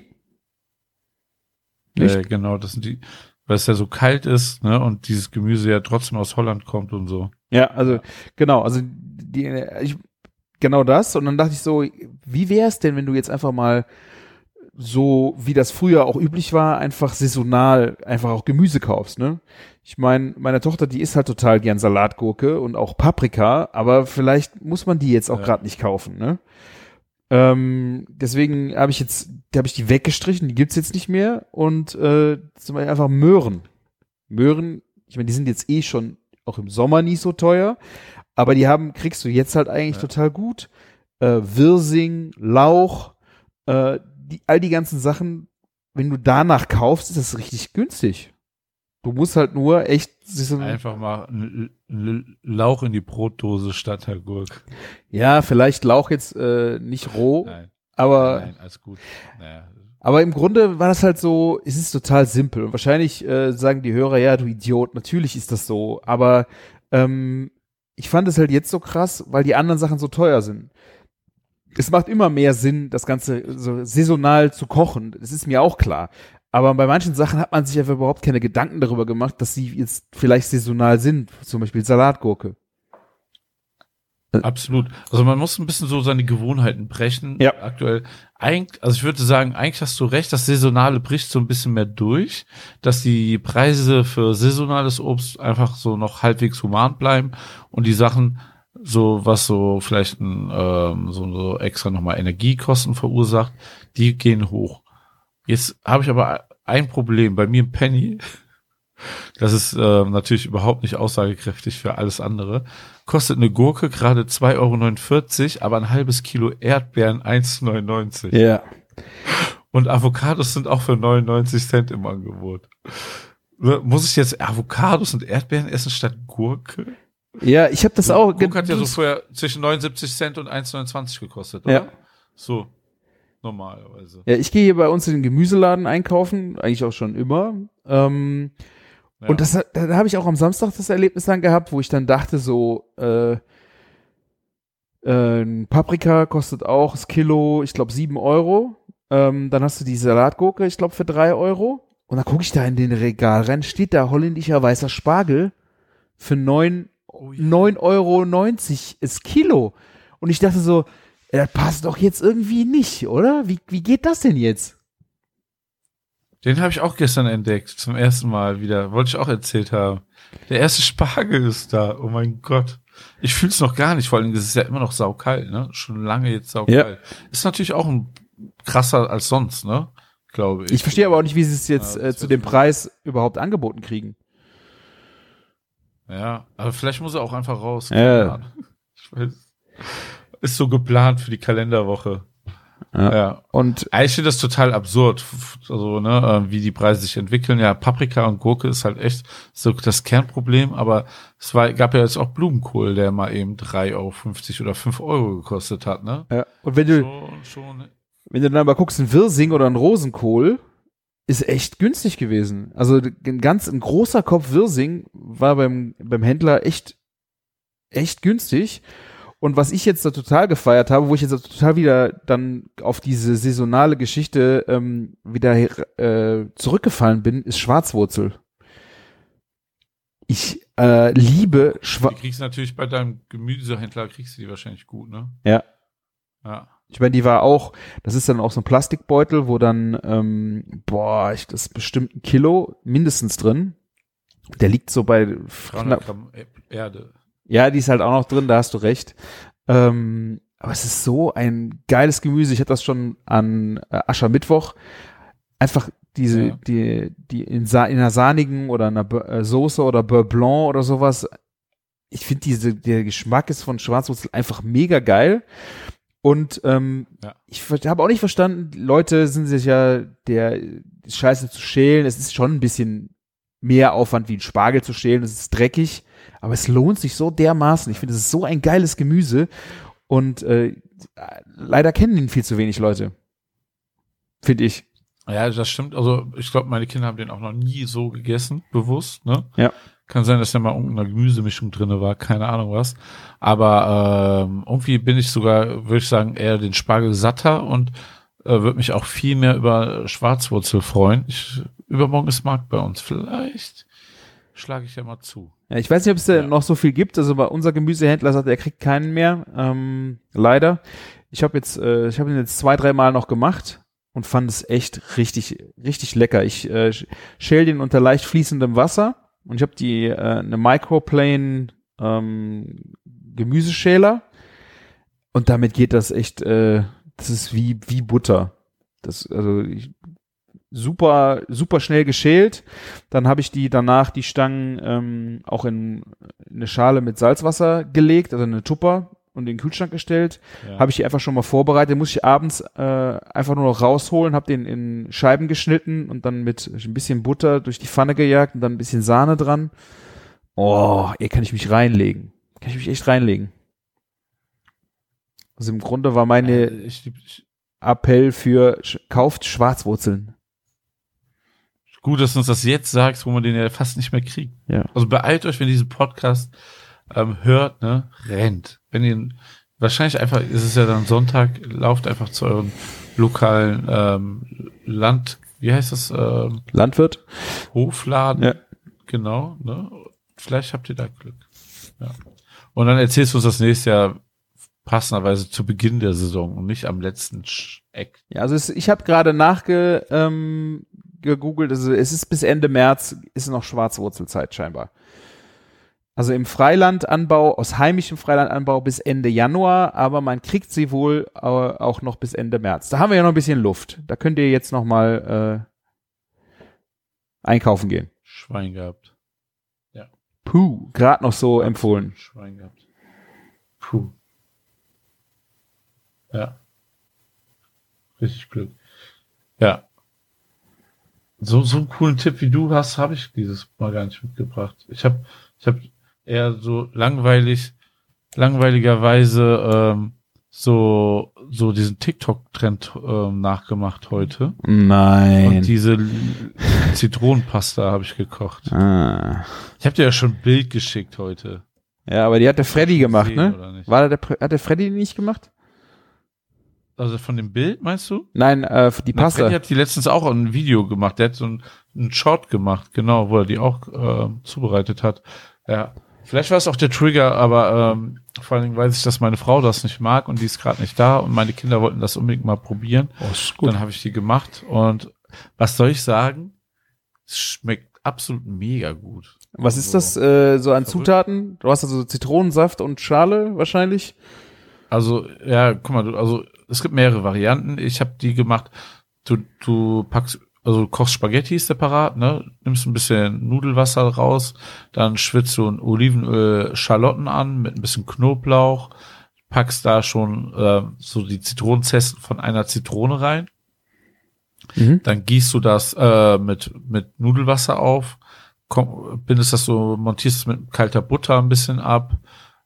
Nicht? Äh, genau, das sind die, weil es ja so kalt ist, ne, und dieses Gemüse ja trotzdem aus Holland kommt und so. Ja, also Ja. genau, also die, ich, genau das. Und dann dachte ich so, wie wäre es denn, wenn du jetzt einfach mal so, wie das früher auch üblich war, einfach saisonal einfach auch Gemüse kaufst, ne? Ich meine, meine Tochter, die isst halt total gern Salatgurke und auch Paprika, aber vielleicht muss man die jetzt auch Ja. gerade nicht kaufen, ne? Ähm, deswegen habe ich jetzt, da habe ich die weggestrichen, die gibt's jetzt nicht mehr und äh, zum Beispiel einfach Möhren. Möhren, ich meine, die sind jetzt eh schon auch im Sommer nicht so teuer, aber die haben, kriegst du jetzt halt eigentlich Ja. total gut. Äh, Wirsing, Lauch, äh, die, all die ganzen Sachen, wenn du danach kaufst, ist das richtig günstig. Du musst halt nur echt so, Einfach mal n- n- Lauch in die Brotdose statt der Gurke. ja, vielleicht Lauch jetzt äh, nicht roh, Nein, aber nein, alles gut. Naja. Aber im Grunde war das halt so, es ist total simpel. Und wahrscheinlich äh, sagen die Hörer, ja, du Idiot, natürlich ist das so. Aber ähm, ich fand es halt jetzt so krass, weil die anderen Sachen so teuer sind. Es macht immer mehr Sinn, das Ganze so saisonal zu kochen. Das ist mir auch klar. Aber bei manchen Sachen hat man sich einfach überhaupt keine Gedanken darüber gemacht, dass sie jetzt vielleicht saisonal sind. Zum Beispiel Salatgurke. Absolut. Also man muss ein bisschen so seine Gewohnheiten brechen. Ja. Aktuell. Eigentlich, also ich würde sagen, eigentlich hast du recht, das Saisonale bricht so ein bisschen mehr durch, dass die Preise für saisonales Obst einfach so noch halbwegs human bleiben und die Sachen, so was so vielleicht ein, ähm, so, so extra nochmal Energiekosten verursacht, die gehen hoch. Jetzt habe ich aber ein Problem bei mir im Penny. Das ist äh, natürlich überhaupt nicht aussagekräftig für alles andere. Kostet eine Gurke gerade zwei Euro neunundvierzig, aber ein halbes Kilo Erdbeeren eins neunundneunzig. Ja. Und Avocados sind auch für neunundneunzig Cent im Angebot. Muss ich jetzt Avocados und Erdbeeren essen statt Gurke? Ja, ich habe das auch. Gurke hat ja so das- vorher zwischen neunundsiebzig Cent und eins neunundzwanzig gekostet, oder? Ja. So, normalerweise. Ja, ich gehe hier bei uns in den Gemüseladen einkaufen, eigentlich auch schon immer. Ähm, Ja. Und das, da, da habe ich auch am Samstag das Erlebnis dann gehabt, wo ich dann dachte so, äh, äh, ein Paprika kostet auch das Kilo, ich glaube sieben Euro. Ähm, dann hast du die Salatgurke, ich glaube für drei Euro. Und dann gucke ich da in den Regal rein, steht da holländischer weißer Spargel für neun Oh ja. neun Euro neunzig ist Kilo. Und ich dachte so, das passt doch jetzt irgendwie nicht, oder? Wie, wie geht das denn jetzt? Den habe ich auch gestern entdeckt, zum ersten Mal wieder. Wollte ich auch erzählt haben. Der erste Spargel ist da. Oh mein Gott. Ich fühle es noch gar nicht, vor allem, es ist ja immer noch saukalt, ne? Schon lange jetzt saukalt. Ja. Ist natürlich auch ein krasser als sonst, ne? Glaube ich. Ich verstehe aber auch nicht, wie sie es jetzt ja, äh, zu dem Preis überhaupt angeboten kriegen. Ja, aber vielleicht muss er auch einfach raus. Ja. Ich weiß. Ist so geplant für die Kalenderwoche. Ja. ja. Und ich finde das total absurd, also ne, wie die Preise sich entwickeln. Ja, Paprika und Gurke ist halt echt so das Kernproblem, aber es war, gab ja jetzt auch Blumenkohl, der mal eben drei Euro fünfzig oder fünf Euro gekostet hat, ne? Ja. Und wenn du, schon, schon, wenn du dann aber guckst, ein Wirsing oder ein Rosenkohl ist echt günstig gewesen. Also ein ganz, ein großer Kopf Wirsing war beim, beim Händler echt, echt günstig. Und was ich jetzt da total gefeiert habe, wo ich jetzt total wieder dann auf diese saisonale Geschichte ähm, wieder äh, zurückgefallen bin, ist Schwarzwurzel. Ich äh, liebe Schwarzwurzel. Die kriegst du natürlich bei deinem Gemüsehändler, kriegst du die wahrscheinlich gut, ne? Ja. Ja. Ich meine, die war auch, das ist dann auch so ein Plastikbeutel, wo dann, ähm, boah, ich, das ist bestimmt ein Kilo mindestens drin. Der liegt so bei dreihundert Gramm Erde. Ja, die ist halt auch noch drin, da hast du recht. Ähm, aber es ist so ein geiles Gemüse. Ich hatte das schon an äh, Aschermittwoch. Einfach diese, ja. die, die in, Sa- in einer sahnigen oder einer Be- äh, Soße oder Beurre Blanc oder sowas. Ich finde diese, der Geschmack ist von Schwarzwurzel einfach mega geil. Und ähm, ja. ich habe auch nicht verstanden, Leute sind sich ja der Scheiße zu schälen. Es ist schon ein bisschen mehr Aufwand wie ein Spargel zu schälen. Es ist dreckig. Aber es lohnt sich so dermaßen. Ich finde, es ist so ein geiles Gemüse. Und äh, leider kennen ihn viel zu wenig Leute. Finde ich. Ja, das stimmt. Also ich glaube, meine Kinder haben den auch noch nie so gegessen, bewusst. Ne? Ja. Kann sein, dass da mal irgendeine Gemüsemischung drin war. Keine Ahnung was. Aber ähm, irgendwie bin ich sogar, würde ich sagen, eher den Spargel satter und äh, würde mich auch viel mehr über Schwarzwurzel freuen. Ich, übermorgen ist Markt bei uns. Vielleicht schlage ich ja mal zu. Ja, ich weiß nicht, ob es da ja. noch so viel gibt. Also bei unser Gemüsehändler sagt, er kriegt keinen mehr. Ähm, leider. Ich habe jetzt, äh, ich habe ihn jetzt zwei, drei Mal noch gemacht und fand es echt richtig, richtig lecker. Ich äh, schäle den unter leicht fließendem Wasser und ich habe die äh, eine Microplane ähm, Gemüseschäler und damit geht das echt. Äh, das ist wie wie Butter. Das also ich, super, super schnell geschält. Dann habe ich die danach, die Stangen, ähm, auch in, in eine Schale mit Salzwasser gelegt, also eine Tupper und in den Kühlschrank gestellt. Ja. Habe ich die einfach schon mal vorbereitet. Den muss ich abends äh, einfach nur noch rausholen, habe den in Scheiben geschnitten und dann mit ein bisschen Butter durch die Pfanne gejagt und dann ein bisschen Sahne dran. Oh, hier kann ich mich reinlegen. Kann ich mich echt reinlegen. Also im Grunde war meine äh, ich, ich, Appell für kauft Schwarzwurzeln. Gut, dass du uns das jetzt sagst, wo man den ja fast nicht mehr kriegt. Ja. Also beeilt euch, wenn ihr diesen Podcast ähm, hört, ne, rennt. Wenn ihr wahrscheinlich einfach, ist es ja dann Sonntag, lauft einfach zu euren lokalen ähm, Land, wie heißt das? Ähm, Landwirt? Hofladen. Ja. Genau, ne? Vielleicht habt ihr da Glück. Ja. Und dann erzählst du uns das nächste Jahr passenderweise zu Beginn der Saison und nicht am letzten Eck. Ja, also es, ich habe gerade nachge ähm, gegoogelt, also es ist bis Ende März, ist noch Schwarzwurzelzeit scheinbar. Also im Freilandanbau, aus heimischem Freilandanbau bis Ende Januar, aber man kriegt sie wohl äh, auch noch bis Ende März. Da haben wir ja noch ein bisschen Luft. Da könnt ihr jetzt noch mal äh, einkaufen gehen. Schwein gehabt. Ja. Puh, gerade noch so ja, empfohlen. Schwein gehabt. Puh. Ja. Richtig Glück. Ja. So, so einen coolen Tipp wie du hast, habe ich dieses Mal gar nicht mitgebracht. Ich habe ich hab eher so langweilig, langweiligerweise ähm, so so diesen TikTok-Trend ähm, nachgemacht heute. Nein. Und diese L- Zitronenpasta habe ich gekocht. Ah. Ich habe dir ja schon ein Bild geschickt heute. Ja, aber die hat der Freddy gemacht, gesehen, ne? War der, der hat der Freddy die nicht gemacht? Also von dem Bild, meinst du? Nein, äh, die Na, Pasta. Freddy hat die letztens auch ein Video gemacht. Der hat so einen, einen Short gemacht, genau, wo er die auch äh, zubereitet hat. Ja, Vielleicht war es auch der Trigger, aber ähm, vor allen Dingen weiß ich, dass meine Frau das nicht mag und die ist gerade nicht da und meine Kinder wollten das unbedingt mal probieren. Oh, ist gut. Dann habe ich die gemacht und was soll ich sagen? Es schmeckt absolut mega gut. Was ist Also, das äh, so an verrückt. Zutaten? Du hast also Zitronensaft und Schale wahrscheinlich. Also, ja, guck mal, du, also es gibt mehrere Varianten. Ich habe die gemacht, du, du packst, also du kochst Spaghetti separat, ne? Nimmst ein bisschen Nudelwasser raus, dann schwitzt du ein Olivenöl Schalotten an mit ein bisschen Knoblauch, packst da schon äh, so die Zitronenzesten von einer Zitrone rein. Mhm. Dann gießt du das äh, mit mit Nudelwasser auf, komm, bindest das so, montierst es mit kalter Butter ein bisschen ab.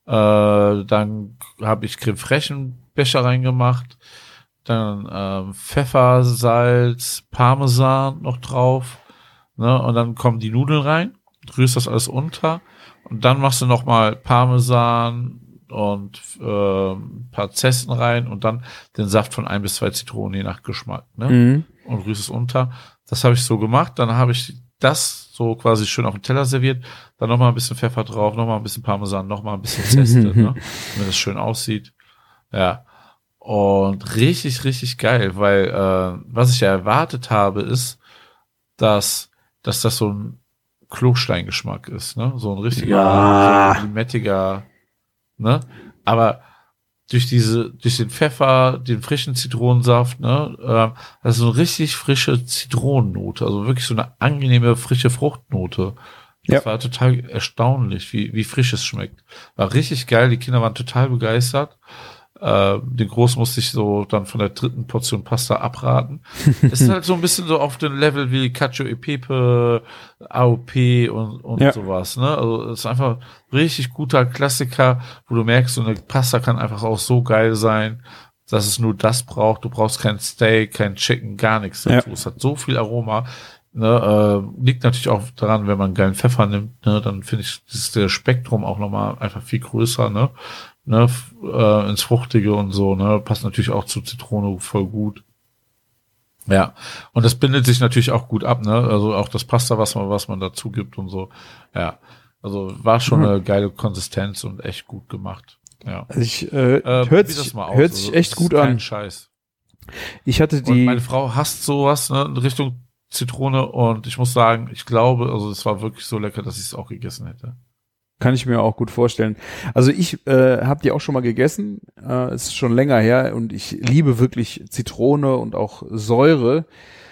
Äh, dann habe ich Creme fraiche in einen Becher reingemacht. Dann ähm, Pfeffer, Salz, Parmesan noch drauf. Ne? Und dann kommen die Nudeln rein, rührst das alles unter. Und dann machst du nochmal Parmesan und äh, ein paar Zesten rein und dann den Saft von ein bis zwei Zitronen, je nach Geschmack. Ne? Mhm. Und rührst es unter. Das habe ich so gemacht. Dann habe ich das so quasi schön auf den Teller serviert. Dann nochmal ein bisschen Pfeffer drauf, nochmal ein bisschen Parmesan, nochmal ein bisschen Zeste, ne? Damit das schön aussieht. Ja. Und richtig, richtig geil, weil äh, was ich ja erwartet habe, ist, dass, dass das so ein Klogsteingeschmack ist, ne? So ein richtiger, Ja. so ein limettiger, ne? Aber durch diese, durch den Pfeffer, den frischen Zitronensaft, ne, äh, das ist so eine richtig frische Zitronennote, also wirklich so eine angenehme, frische Fruchtnote. Das Ja. war total erstaunlich, wie, wie frisch es schmeckt. War richtig geil, die Kinder waren total begeistert. Äh, den Großen musste ich so dann von der dritten Portion Pasta abraten. Es ist halt so ein bisschen so auf dem Level wie Cacio e Pepe, A O P und, und Ja. sowas, ne? Also, es ist einfach richtig guter Klassiker, wo du merkst, so eine Pasta kann einfach auch so geil sein, dass es nur das braucht. Du brauchst kein Steak, kein Chicken, gar nichts dazu. Ja. Es hat so viel Aroma. Ne, äh, liegt natürlich auch daran, wenn man einen geilen Pfeffer nimmt, ne, dann finde ich, ist der Spektrum auch nochmal einfach viel größer, ne, ne, f- äh, ins Fruchtige und so, ne, passt natürlich auch zu Zitrone voll gut. Ja, und das bindet sich natürlich auch gut ab, ne, also auch das Pasta, was man, was man dazu gibt und so, ja, also war schon Mhm. eine geile Konsistenz und echt gut gemacht, ja. Also ich äh, Äh, hört probier sich, das mal aus. hört sich Also, echt das gut ist kein an. Scheiß. Ich hatte Und die meine Frau hasst sowas, ne, in Richtung Zitrone und ich muss sagen, ich glaube, also es war wirklich so lecker, dass ich es auch gegessen hätte. Kann ich mir auch gut vorstellen. Also ich äh, habe die auch schon mal gegessen. Äh, ist schon länger her und ich liebe wirklich Zitrone und auch Säure.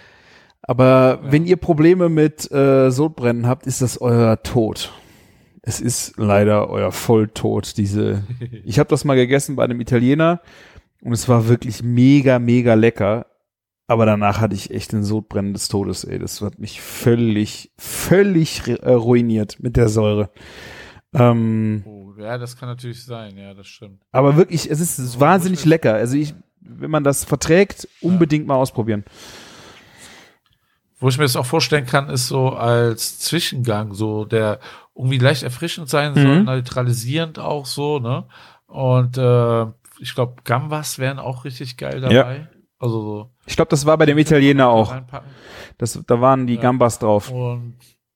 Aber Ja. wenn ihr Probleme mit äh, Sodbrennen habt, ist das euer Tod. Es ist leider euer Volltod. Diese. Ich habe das mal gegessen bei einem Italiener und es war wirklich mega, mega lecker. Aber danach hatte ich echt den Sodbrennen des Todes. Ey, das hat mich völlig, völlig äh, ruiniert mit der Säure. Ähm, Oh, ja, das kann natürlich sein, ja, das stimmt. aber wirklich, es ist, es ist Oh, wahnsinnig muss ich- lecker. Also ich, wenn man das verträgt, unbedingt mal ausprobieren. Wo ich mir das auch vorstellen kann, ist so als Zwischengang, so der irgendwie leicht erfrischend sein soll, Mhm. neutralisierend auch so, ne? Und äh, ich glaube, Gambas wären auch richtig geil dabei. Ja. Also so. Ich glaube, das war bei dem Italiener auch. Reinpacken. Das, da waren die Ja. Gambas drauf. Und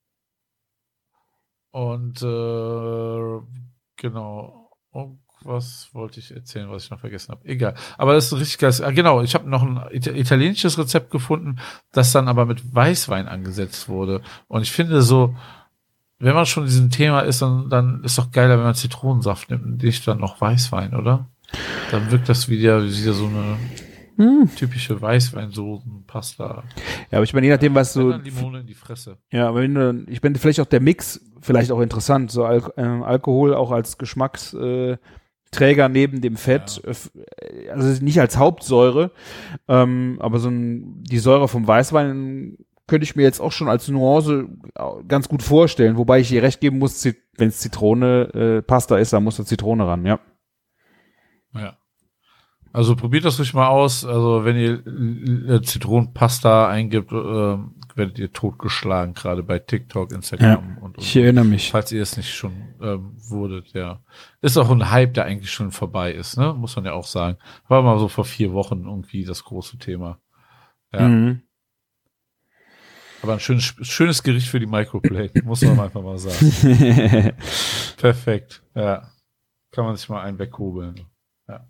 und äh, genau. Und was wollte ich erzählen, was ich noch vergessen habe? Egal. Aber das ist ein richtig geiles. Ah, genau, ich habe noch ein Ita- italienisches Rezept gefunden, das dann aber mit Weißwein angesetzt wurde. Und ich finde so, wenn man schon in diesem Thema ist, dann, dann ist doch geiler, wenn man Zitronensaft nimmt und nicht dann noch Weißwein, oder? Dann wirkt das wieder, wieder so eine Hm. typische Weißweinsoßen-Pasta. Ja, aber ich meine, je nachdem, was Wenn du, dann Limone in die Fresse. ja, aber wenn du, ich bin vielleicht auch der Mix vielleicht auch interessant, so Al äh, Alkohol auch als Geschmacksträger äh, Träger neben dem Fett, Ja. äh, f- äh, also nicht als Hauptsäure, ähm, aber so ein, die Säure vom Weißwein könnte ich mir jetzt auch schon als Nuance äh, ganz gut vorstellen, wobei ich ihr recht geben muss, wenn es Zitrone äh, Pasta ist, dann muss da Zitrone ran, ja. Ja. Also probiert das ruhig mal aus. Also wenn ihr äh, Zitronenpasta eingibt, äh, werdet ihr totgeschlagen, gerade bei TikTok, Instagram und, und Ich erinnere mich. falls ihr es nicht schon ähm, wurdet, ja. Ist auch ein Hype, der eigentlich schon vorbei ist, ne? Muss man ja auch sagen. War mal so vor vier Wochen irgendwie das große Thema. Ja. Mhm. Aber ein schönes, schönes Gericht für die Microplate, muss man einfach mal sagen. Perfekt, ja. Kann man sich mal einen weghobeln. Ja.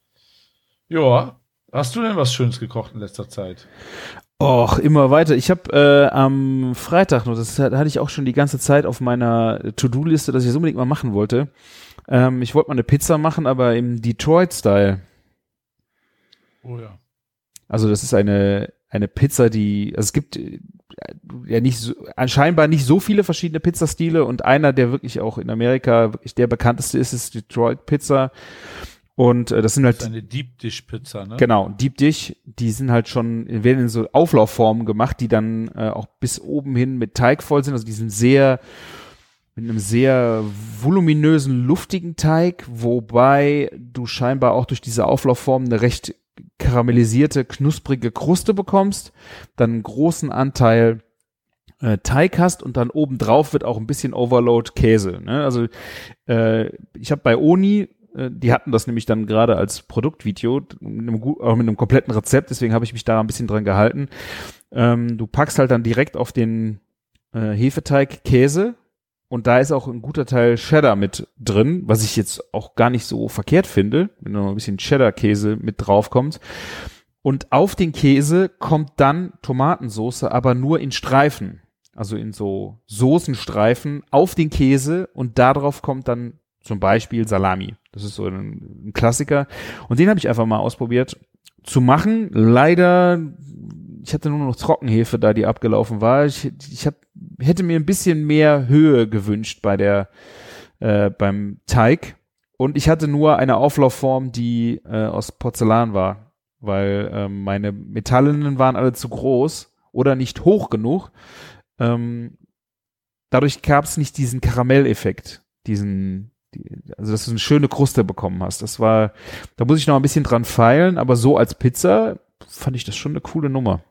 Joa, hast du denn was Schönes gekocht in letzter Zeit? Och, immer weiter. Ich habe äh, am Freitag noch, das hatte ich auch schon die ganze Zeit auf meiner To-Do-Liste, dass ich das unbedingt mal machen wollte. Ähm, ich wollte mal eine Pizza machen, aber im Detroit-Style. Oh ja. Also das ist eine eine Pizza, die, also es gibt äh, ja nicht so, anscheinend nicht so viele verschiedene Pizzastile und einer, der wirklich auch in Amerika wirklich der bekannteste ist, ist Detroit Pizza. Und äh, das sind halt Das ist eine Deep Dish Pizza, ne? Genau, Deep Dish, die sind halt schon, werden in so Auflaufformen gemacht, die dann äh, auch bis oben hin mit Teig voll sind. Also die sind sehr, mit einem sehr voluminösen, luftigen Teig, wobei du scheinbar auch durch diese Auflaufform eine recht karamellisierte, knusprige Kruste bekommst, dann einen großen Anteil äh, Teig hast und dann obendrauf wird auch ein bisschen Overload Käse. Ne? Also äh, ich habe bei Oni, die hatten das nämlich dann gerade als Produktvideo, mit einem, auch mit einem kompletten Rezept, deswegen habe ich mich da ein bisschen dran gehalten. Ähm, du packst halt dann direkt auf den äh, Hefeteig Käse und da ist auch ein guter Teil Cheddar mit drin, was ich jetzt auch gar nicht so verkehrt finde, wenn noch ein bisschen Cheddar-Käse mit drauf kommt. Und auf den Käse kommt dann Tomatensauce, aber nur in Streifen, also in so Soßenstreifen auf den Käse und darauf kommt dann zum Beispiel Salami. Das ist so ein, ein Klassiker. Und den habe ich einfach mal ausprobiert zu machen. Leider, ich hatte nur noch Trockenhefe da, die abgelaufen war. Ich, ich hab, hätte mir ein bisschen mehr Höhe gewünscht bei der, äh, beim Teig. Und ich hatte nur eine Auflaufform, die äh, aus Porzellan war, weil ähm, meine metallenen waren alle zu groß oder nicht hoch genug. Ähm, dadurch gab es nicht diesen Karamelleffekt, diesen Die, also dass du eine schöne Kruste bekommen hast. Das war, da muss ich noch ein bisschen dran feilen, aber so als Pizza fand ich das schon eine coole Nummer.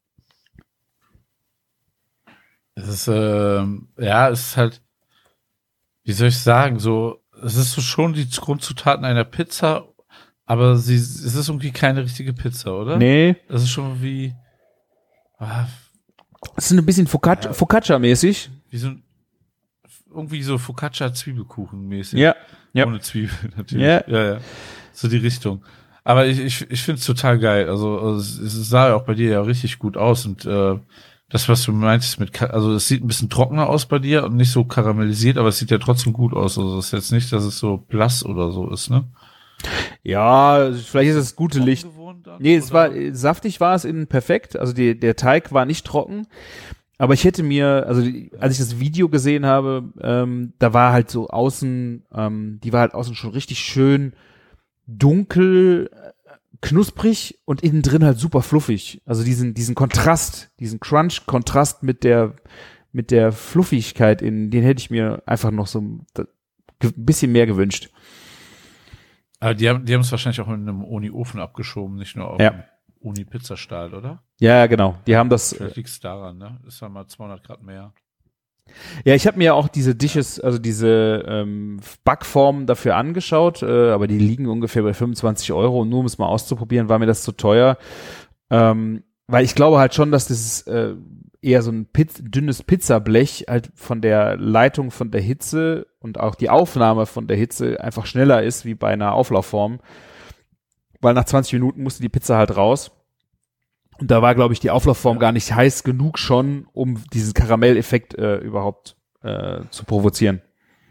Es ist, äh, ja, es ist halt, wie soll ich sagen, so, es ist so schon die Grundzutaten einer Pizza, aber sie, es ist irgendwie keine richtige Pizza, oder? Nee. Das ist schon wie, ah, es ist ein bisschen Focaccia, ja. Focaccia-mäßig. Wie so ein, irgendwie so Focaccia-Zwiebelkuchen-mäßig. Ja. ja. Ohne Zwiebel, natürlich. Ja. ja, ja. So die Richtung. Aber ich, ich, ich finde es total geil. Also, also es, es sah ja auch bei dir ja richtig gut aus und äh, das, was du meintest mit, also es sieht ein bisschen trockener aus bei dir und nicht so karamellisiert, aber es sieht ja trotzdem gut aus. Also es ist jetzt nicht, dass es so blass oder so ist, ne? Ja, vielleicht ist das gute Licht. Dann, nee, es oder? war, saftig war es innen perfekt. Also die, der Teig war nicht trocken. Aber ich hätte mir, also die, als ich das Video gesehen habe, ähm, da war halt so außen, ähm, die war halt außen schon richtig schön dunkel, knusprig und innen drin halt super fluffig. Also diesen diesen Kontrast, diesen Crunch-Kontrast mit der mit der Fluffigkeit, in den hätte ich mir einfach noch so ein bisschen mehr gewünscht. Aber die haben die haben es wahrscheinlich auch in einem Uni-Ofen abgeschoben, nicht nur auf ja. einem Uni-Pizzastahl, oder? Ja, genau. Die haben das. Vielleicht liegt es daran, ne? Ist ja mal zweihundert Grad mehr. Ja, ich habe mir auch diese Dishes, also diese ähm, Backformen dafür angeschaut, äh, aber die liegen ungefähr bei fünfundzwanzig Euro und nur um es mal auszuprobieren, war mir das zu teuer. Ähm, weil ich glaube halt schon, dass das äh, eher so ein Piz- dünnes Pizzablech halt von der Leitung von der Hitze und auch die Aufnahme von der Hitze einfach schneller ist wie bei einer Auflaufform. Weil nach zwanzig Minuten musste die Pizza halt raus. Und da war, glaube ich, die Auflaufform ja. gar nicht heiß genug schon, um diesen Karamelleffekt äh, überhaupt äh, zu provozieren.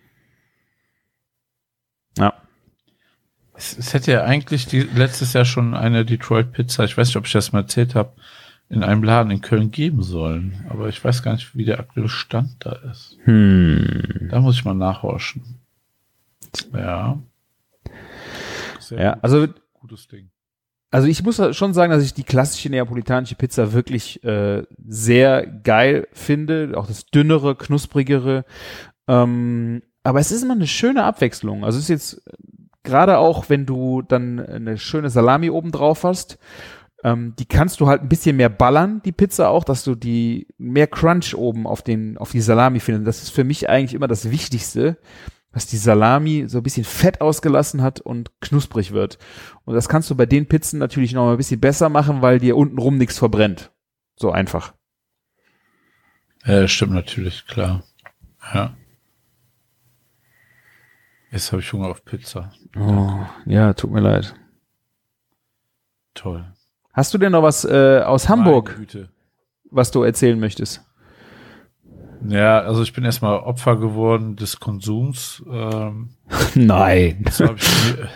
Ja. Es, es hätte ja eigentlich die, letztes Jahr schon eine Detroit Pizza, ich weiß nicht, ob ich das mal erzählt habe, in einem Laden in Köln geben sollen. Aber ich weiß gar nicht, wie der aktuelle Stand da ist. Hm. Da muss ich mal nachhorchen. Ja. Sehr ja, gut. also Gutes Ding. Also ich muss schon sagen, dass ich die klassische neapolitanische Pizza wirklich äh, sehr geil finde. Auch das dünnere, knusprigere. Ähm, aber es ist immer eine schöne Abwechslung. Also es ist jetzt gerade auch, wenn du dann eine schöne Salami oben drauf hast, ähm, die kannst du halt ein bisschen mehr ballern, die Pizza auch, dass du die mehr Crunch oben auf den auf die Salami findest. Das ist für mich eigentlich immer das Wichtigste, dass die Salami so ein bisschen Fett ausgelassen hat und knusprig wird. Und das kannst du bei den Pizzen natürlich noch mal ein bisschen besser machen, weil dir untenrum nichts verbrennt. So einfach. Ja, stimmt natürlich, klar. Ja. Jetzt habe ich Hunger auf Pizza. Oh, ja, tut mir leid. Toll. Hast du denn noch was äh, aus Hamburg, Meine Güte. was du erzählen möchtest? Ja, also ich bin erstmal Opfer geworden des Konsums. Ähm, Nein. so hab ich mir,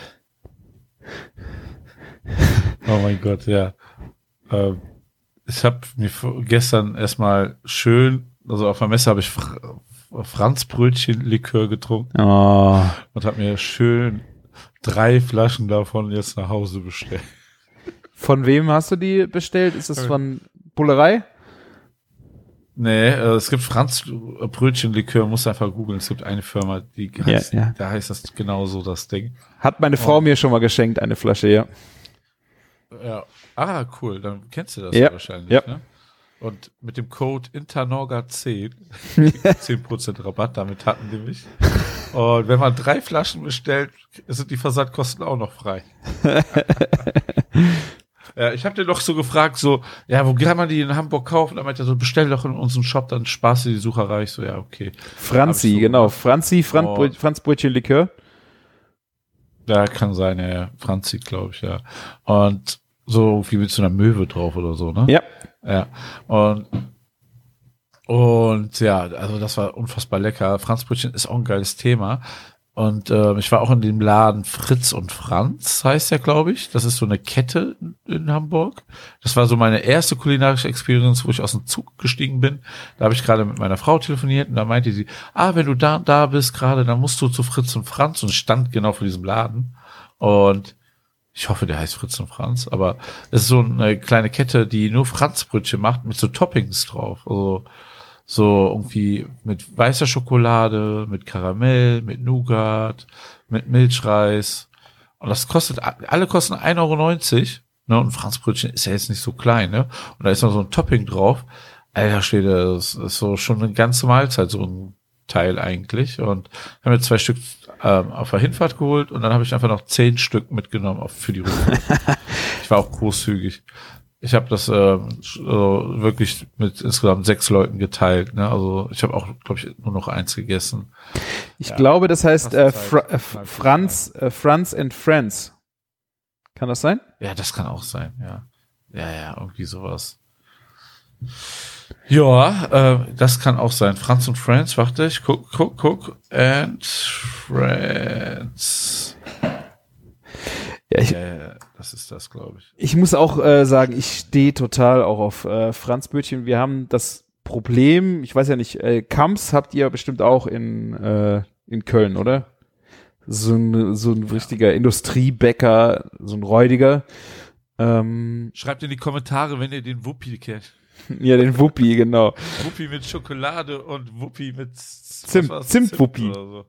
oh mein Gott, ja. Ähm, ich habe mir vor- gestern erstmal schön, also auf der Messe habe ich Fr Franzbrötchen-Likör getrunken Oh. und habe mir schön drei Flaschen davon jetzt nach Hause bestellt. Von wem hast du die bestellt? Ist das von Bullerei? Nee, äh, es gibt Franzbrötchen-Likör, musst einfach googeln. Es gibt eine Firma, die heißt, Ja, ja. da heißt das genauso das Ding. Hat meine Frau Oh. mir schon mal geschenkt, eine Flasche, ja. Ja. Ah, cool, dann kennst du das Ja, wahrscheinlich. ja. Ne? Und mit dem Code Internorga zehn zehn Prozent Rabatt, damit hatten die mich. Und wenn man drei Flaschen bestellt, sind die Versandkosten auch noch frei. Ja, ich habe den doch so gefragt, so, ja, wo kann man die in Hamburg kaufen? Da meinte er so, bestell doch in unserem Shop, dann sparst du die Sucherei. Ich so, ja, okay. Franzi, Hab ich so genau. gemacht. Franzi, Franz, Oh. Franzbrötchen-Likör. Ja, kann sein, ja, ja. Franzi, glaube ich, ja. Und so wie mit so einer Möwe drauf oder so, ne? Ja. Ja. Und, und ja, also das war unfassbar lecker. Franzbrötchen ist auch ein geiles Thema. Und äh, ich war auch in dem Laden Fritz und Franz, heißt der, glaube ich. Das ist so eine Kette in, in Hamburg. Das war so meine erste kulinarische Experience, wo ich aus dem Zug gestiegen bin. Da habe ich gerade mit meiner Frau telefoniert und da meinte sie, ah, wenn du da da bist gerade, dann musst du zu Fritz und Franz, und stand genau vor diesem Laden. Und ich hoffe, der heißt Fritz und Franz, aber es ist so eine kleine Kette, die nur Franzbrötchen macht mit so Toppings drauf. Also so irgendwie mit weißer Schokolade, mit Karamell, mit Nougat, mit Milchreis. Und das kostet, alle kosten ein Euro neunzig. Ne? Und Franzbrötchen ist ja jetzt nicht so klein, ne? Und da ist noch so ein Topping drauf. Alter Schwede, das ist so schon eine ganze Mahlzeit, so ein Teil eigentlich. Und haben wir zwei Stück ähm, auf der Hinfahrt geholt und dann habe ich einfach noch zehn Stück mitgenommen auf, für die Rückfahrt. Ich war auch großzügig. Ich habe das ähm, also wirklich mit insgesamt sechs Leuten geteilt. Ne? Also ich habe auch, glaube ich, nur noch eins gegessen. Ich Ja. glaube, das heißt äh, Fastenzeit. Fra äh, Franz, äh, Franz and Friends. Kann das sein? Ja, das kann auch sein, ja. Ja, ja, irgendwie sowas. Ja, äh, das kann auch sein. Franz und Friends, warte, ich guck, guck, guck. And Friends. Ja, ich, Ja, ja, das ist das, glaube ich. ich muss auch äh, sagen, ich stehe total auch auf äh, Franzbrötchen. Wir haben das Problem, ich weiß ja nicht, äh, Kamps habt ihr bestimmt auch in, äh, in Köln, oder? So ein, so ein richtiger Industriebäcker, so ein räudiger. Ähm, Schreibt in die Kommentare, wenn ihr den Wuppi kennt. ja, den Wuppi, genau. Wuppi mit Schokolade und Wuppi mit Zimt- was war's? Zimtwuppi. oder so.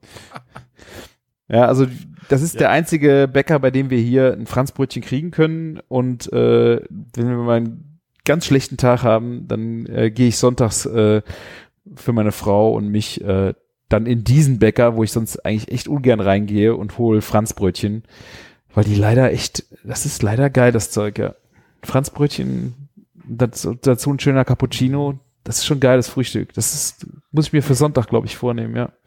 Ja, also das ist Ja. der einzige Bäcker, bei dem wir hier ein Franzbrötchen kriegen können. Und äh, wenn wir mal einen ganz schlechten Tag haben, dann äh, gehe ich sonntags äh, für meine Frau und mich äh, dann in diesen Bäcker, wo ich sonst eigentlich echt ungern reingehe, und hole Franzbrötchen, weil die leider echt, das ist leider geil, das Zeug, ja. Franzbrötchen, dazu, dazu ein schöner Cappuccino, das ist schon geiles Frühstück. Das ist, muss ich mir für Sonntag, glaube ich, vornehmen, ja.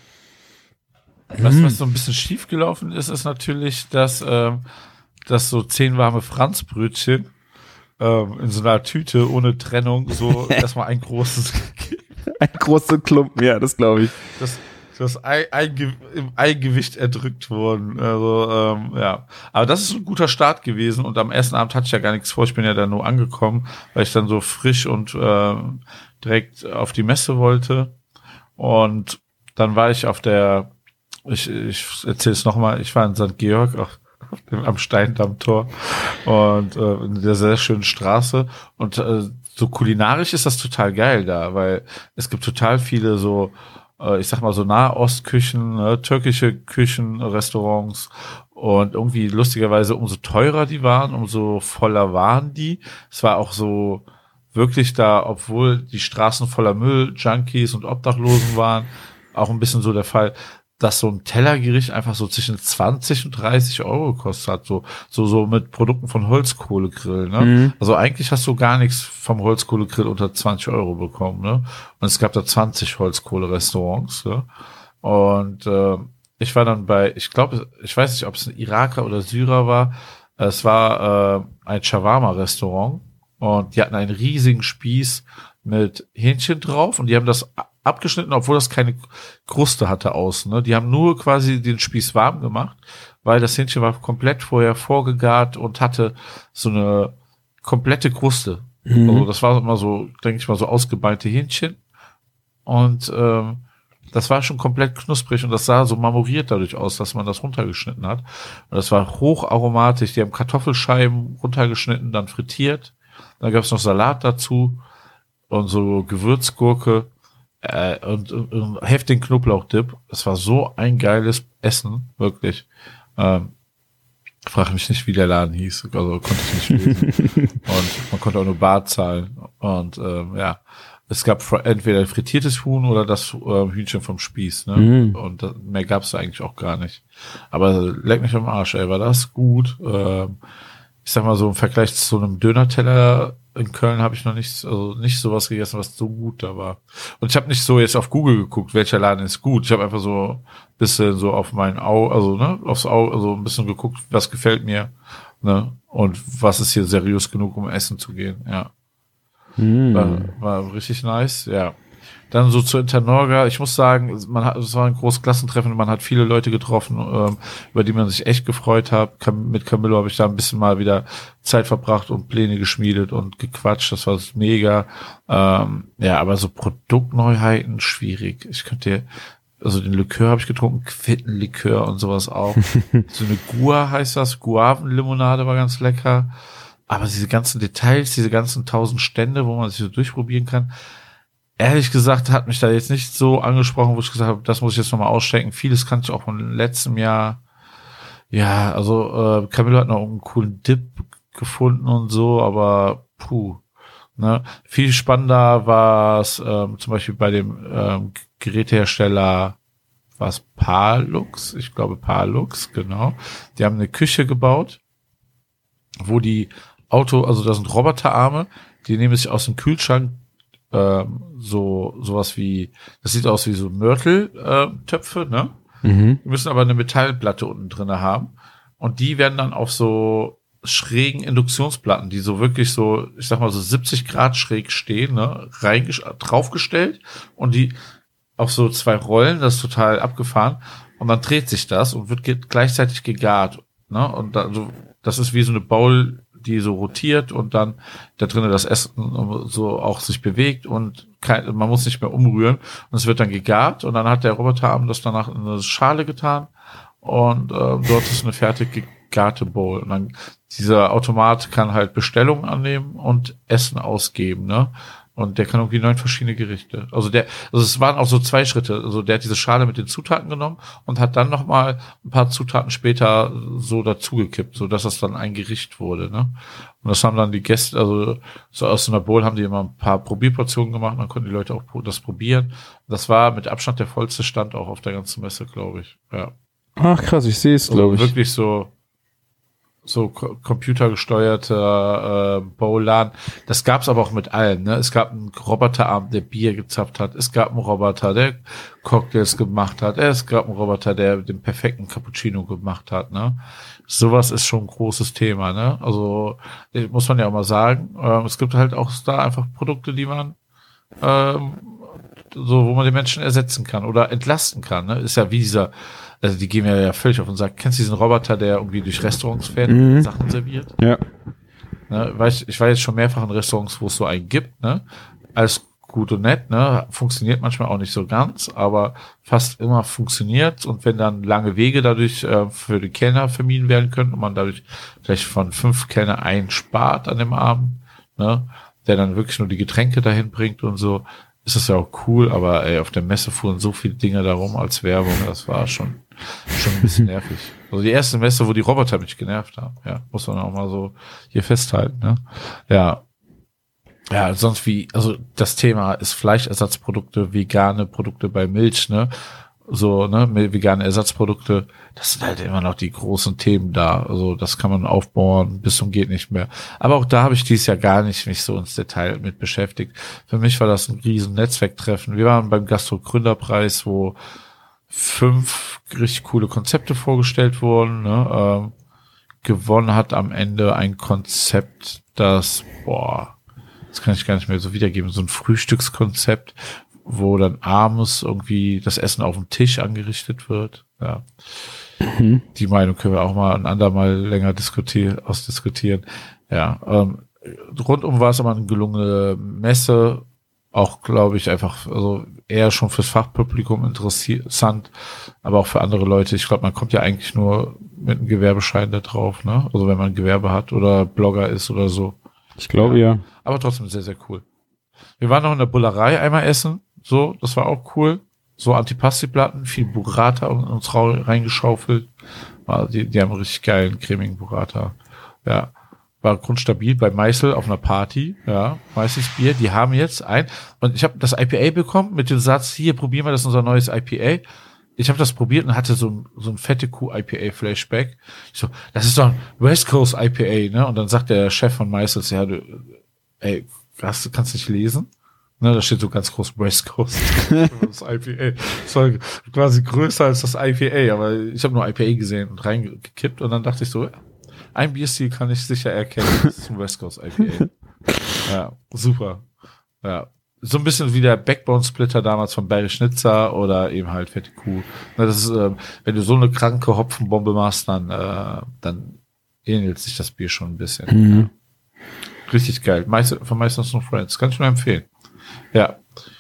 Was, was so ein bisschen schief gelaufen ist, ist natürlich, dass, ähm, dass so zehn warme Franzbrötchen ähm, in so einer Tüte ohne Trennung so erstmal ein großes, Ein großer Klumpen, ja, das glaube ich. das, das Ei, Einge, im Eigengewicht erdrückt wurden. Also, ähm, ja. Aber das ist ein guter Start gewesen und am ersten Abend hatte ich ja gar nichts vor. Ich bin ja dann nur angekommen, weil ich dann so frisch und ähm, direkt auf die Messe wollte. Und dann war ich auf der, ich, ich erzähle es nochmal, ich war in Sankt Georg auf, auf dem, am Steindammtor und äh, in der sehr schönen Straße und äh, so kulinarisch ist das total geil da, weil es gibt total viele so, äh, ich sag mal so Nahostküchen, ne, türkische Küchen, Restaurants und irgendwie lustigerweise umso teurer die waren, umso voller waren die. Es war auch so wirklich da, obwohl die Straßen voller Müll, Junkies und Obdachlosen waren, auch ein bisschen so der Fall. dass so ein Tellergericht einfach so zwischen zwanzig und dreißig Euro gekostet hat, so, so, so mit Produkten von Holzkohlegrill, ne? Mhm. Also eigentlich hast du gar nichts vom Holzkohlegrill unter zwanzig Euro bekommen, ne? Und es gab da zwanzig Holzkohle-Restaurants, ne? Und, äh, ich war dann bei, ich glaube, ich weiß nicht, ob es ein Iraker oder Syrer war. Es war, äh, ein Shawarma-Restaurant und die hatten einen riesigen Spieß mit Hähnchen drauf und die haben das abgeschnitten, obwohl das keine Kruste hatte außen. Ne? Die haben nur quasi den Spieß warm gemacht, weil das Hähnchen war komplett vorher vorgegart und hatte so eine komplette Kruste. Mhm. Also das war immer so, denke ich mal, so ausgebeinte Hähnchen. Und ähm, das war schon komplett knusprig und das sah so marmoriert dadurch aus, dass man das runtergeschnitten hat. Und das war hocharomatisch. Die haben Kartoffelscheiben runtergeschnitten, dann frittiert. Dann gab es noch Salat dazu und so Gewürzgurke. Äh, und, und, und heftigen Knoblauchdip. Es war so ein geiles Essen, wirklich. Ähm, frage mich nicht, wie der Laden hieß. Also konnte ich nicht lesen. Und man konnte auch nur Bar zahlen. Und ähm, ja, es gab fr- entweder frittiertes Huhn oder das äh, Hühnchen vom Spieß. Ne? Mhm. Und das, mehr gab es eigentlich auch gar nicht. Aber leck mich am Arsch, ey, war das gut. Ähm, ich sag mal so im Vergleich zu so einem Döner-Teller in Köln habe ich noch nicht, also nicht sowas gegessen, was so gut da war. Und ich habe nicht so jetzt auf Google geguckt, welcher Laden ist gut. Ich habe einfach so ein bisschen so auf mein Auge, also ne, aufs Auge, also ein bisschen geguckt, was gefällt mir, ne, und was ist hier seriös genug, um essen zu gehen. Ja, Mhm. war, war richtig nice. Ja. Dann so zu Internorga. Ich muss sagen, man hat, es war ein großes Klassentreffen. Man hat viele Leute getroffen, ähm, über die man sich echt gefreut hat. Cam- mit Camillo habe ich da ein bisschen mal wieder Zeit verbracht und Pläne geschmiedet und gequatscht. Das war mega. Ähm, ja, aber so Produktneuheiten schwierig. Ich könnte, also den Likör habe ich getrunken, Quittenlikör und sowas auch. So eine Gua heißt das. Guavenlimonade war ganz lecker. Aber diese ganzen Details, diese ganzen tausend Stände, wo man sich so durchprobieren kann. Ehrlich gesagt hat mich da jetzt nicht so angesprochen, wo ich gesagt habe, das muss ich jetzt nochmal ausstecken. Vieles kannte ich auch von letztem Jahr. Ja, also äh, Camillo hat noch einen coolen Dip gefunden und so, aber puh. Ne? Viel spannender war es ähm, zum Beispiel bei dem ähm, Gerätehersteller, war es Palux? Ich glaube Palux, genau. Die haben eine Küche gebaut, wo die Auto, also das sind Roboterarme, die nehmen sich aus dem Kühlschrank ähm, so sowas wie, das sieht aus wie so Mörteltöpfe, ne? Mhm. Die müssen aber eine Metallplatte unten drinne haben und die werden dann auf so schrägen Induktionsplatten, die so wirklich so, ich sag mal so siebzig Grad schräg stehen, ne, reingesch- draufgestellt und die auf so zwei Rollen, das ist total abgefahren und dann dreht sich das und wird ge- gleichzeitig gegart, ne? Und dann so, das ist wie so eine Bowl, die so rotiert und dann da drinnen das Essen so auch sich bewegt und kein, man muss nicht mehr umrühren und es wird dann gegart und dann hat der Roboterarm das danach in eine Schale getan und äh, dort ist eine fertig gegarte Bowl und dann dieser Automat kann halt Bestellungen annehmen und Essen ausgeben, ne? Und der kann irgendwie neun verschiedene Gerichte. Also der, also es waren auch so zwei Schritte. Also der hat diese Schale mit den Zutaten genommen und hat dann nochmal ein paar Zutaten später so dazugekippt, so dass das dann ein Gericht wurde, ne? Und das haben dann die Gäste, also so aus so einer Bowl haben die immer ein paar Probierportionen gemacht, dann konnten die Leute auch das probieren. Das war mit Abstand der vollste Stand auch auf der ganzen Messe, glaube ich. Ja. Ach krass, ich sehe es, Also glaube ich. wirklich so so co- computergesteuerter äh, Bowladen. Das gab's aber auch mit allen. Ne? Es gab einen Roboterarm, der Bier gezapft hat. Es gab einen Roboter, der Cocktails gemacht hat. Es gab einen Roboter, der den perfekten Cappuccino gemacht hat. Ne? Sowas ist schon ein großes Thema. Ne? Also muss man ja auch mal sagen. Ähm, es gibt halt auch da einfach Produkte, die man ähm, so, wo man den Menschen ersetzen kann oder entlasten kann. Ne? Ist ja wie dieser, also die gehen mir ja völlig auf und sagen, kennst du diesen Roboter, der irgendwie durch Restaurants fährt und Mhm. Sachen serviert? Ja. Ne? Weil ich, ich war jetzt schon mehrfach in Restaurants, wo es so einen gibt, ne? Alles gut und nett, ne? Funktioniert manchmal auch nicht so ganz, aber fast immer funktioniert und wenn dann lange Wege dadurch äh, für die Kellner vermieden werden können und man dadurch vielleicht von fünf Kellner einen spart an dem Abend, ne? Der dann wirklich nur die Getränke dahin bringt und so, ist das ja auch cool, aber ey, auf der Messe fuhren so viele Dinge darum als Werbung, das war schon schon ein bisschen nervig. Also die erste Messe, wo die Roboter mich genervt haben, ja, muss man auch mal so hier festhalten, ne? Ja. Ja, sonst wie, also das Thema ist Fleischersatzprodukte, vegane Produkte bei Milch, ne? so, ne, mit vegane Ersatzprodukte, das sind halt immer noch die großen Themen da. Also das kann man aufbauen, bis zum geht nicht mehr. Aber auch da habe ich dieses Jahr gar nicht mich so ins Detail mit beschäftigt. Für mich war das ein riesen Netzwerktreffen. Wir waren beim Gastro-Gründerpreis, wo fünf richtig coole Konzepte vorgestellt wurden. Ne? Ähm, gewonnen hat am Ende ein Konzept, das, boah, das kann ich gar nicht mehr so wiedergeben, so ein Frühstückskonzept, wo dann abends irgendwie das Essen auf dem Tisch angerichtet wird. Ja. Mhm. Die Meinung können wir auch mal ein andermal länger diskutieren, ausdiskutieren. Ja, ähm, rundum war es aber eine gelungene Messe, auch glaube ich einfach, also eher schon fürs Fachpublikum interessant, aber auch für andere Leute. Ich glaube, man kommt ja eigentlich nur mit einem Gewerbeschein da drauf, ne? Also wenn man ein Gewerbe hat oder Blogger ist oder so. Ich glaube ja. ja. Aber trotzdem sehr, sehr cool. Wir waren noch in der Bullerei einmal essen. So, das war auch cool. So Antipasti-Platten, viel Burrata uns reingeschaufelt. Die, die haben einen richtig geilen, cremigen Burrata. Ja, war grundstabil bei Meißel auf einer Party. Ja, Meißels Bier. Die haben jetzt ein, und ich habe das I P A bekommen mit dem Satz, hier, probieren wir, das ist unser neues I P A. Ich habe das probiert und hatte so ein, so ein fette Kuh-I P A-Flashback. Ich so, das ist doch ein West Coast I P A, ne? Und dann sagt der Chef von Meißels, ja, du, ey, hast, du kannst nicht lesen? Ne, da steht so ganz groß West Coast. Das I P A. Das war quasi größer als das I P A, aber ich habe nur I P A gesehen und reingekippt und dann dachte ich so, ja, ein Bierstil kann ich sicher erkennen, das ist ein West Coast I P A. Ja, super. Ja. So ein bisschen wie der Backbone-Splitter damals von Barry Schnitzer oder eben halt Fette Kuh. Ne, das ist, äh, wenn du so eine kranke Hopfenbombe machst, dann, äh, dann ähnelt sich das Bier schon ein bisschen. Mhm. Ja. Richtig geil. Meist, von Meistens No Friends. Kann ich nur empfehlen. Ja.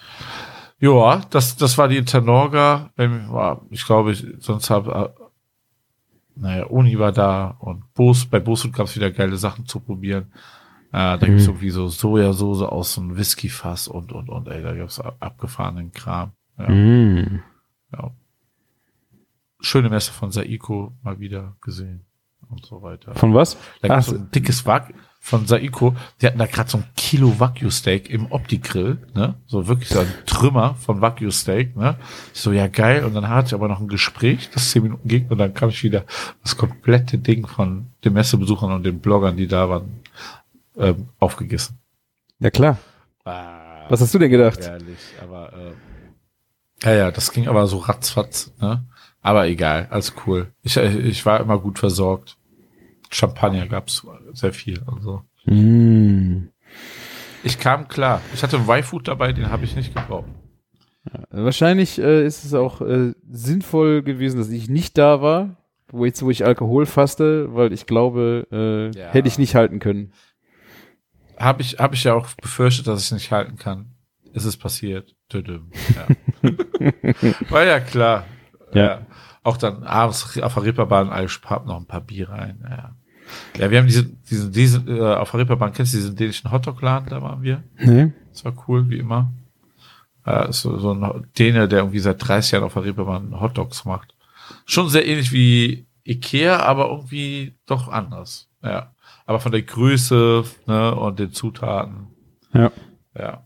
Joa, das, das war die Internorga. Ich glaube, ich, sonst habe, naja, Uni war da und Bos, bei Bosut gab es wieder geile Sachen zu probieren. Äh, da mhm. gibt's irgendwie so Sojasauce aus so einem Whiskyfass und, und, und, ey, da gab's abgefahrenen Kram. Ja. Mhm. Ja. Schöne Messe von Saiko mal wieder gesehen und so weiter. Von was? Da gab's so ein dickes Wag von Saiko. Die hatten da gerade so ein Kilo Wagyu-Steak im Opti-Grill, ne? So wirklich so ein Trümmer von Wagyu-Steak, ne? Ich so, ja geil. Und dann hatte ich aber noch ein Gespräch, das zehn Minuten ging und dann kam ich wieder das komplette Ding von den Messebesuchern und den Bloggern, die da waren, ähm, aufgegessen. Ja klar. Ah, was hast du denn gedacht? Ehrlich, aber äh, ja, ja, das ging aber so ratzfatz, ne? Aber egal, alles cool. Ich, ich war immer gut versorgt. Champagner gab's sehr viel. Also. Mm. Ich kam klar. Ich hatte einen Y-Food dabei, den habe ich nicht gebraucht. Ja, wahrscheinlich äh, ist es auch äh, sinnvoll gewesen, dass ich nicht da war, wo jetzt, wo ich Alkohol fasste, weil ich glaube, äh, ja. hätte ich nicht halten können. Habe ich, hab ich ja auch befürchtet, dass ich nicht halten kann. Es ist passiert. Ja. War ja klar. Ja. ja. Auch dann abends auf der Reeperbahn hab noch ein paar Bier rein. Ja, ja wir haben diese, diesen, diesen äh, auf der Reeperbahn, kennst du diesen dänischen Hotdog-Laden? Da waren wir. Nee. Das war cool, wie immer. Äh, so, so ein Däne, der irgendwie seit dreißig Jahren auf der Reeperbahn Hotdogs macht. Schon sehr ähnlich wie Ikea, aber irgendwie doch anders. Ja. Aber von der Größe, ne, und den Zutaten. Ja. Ja.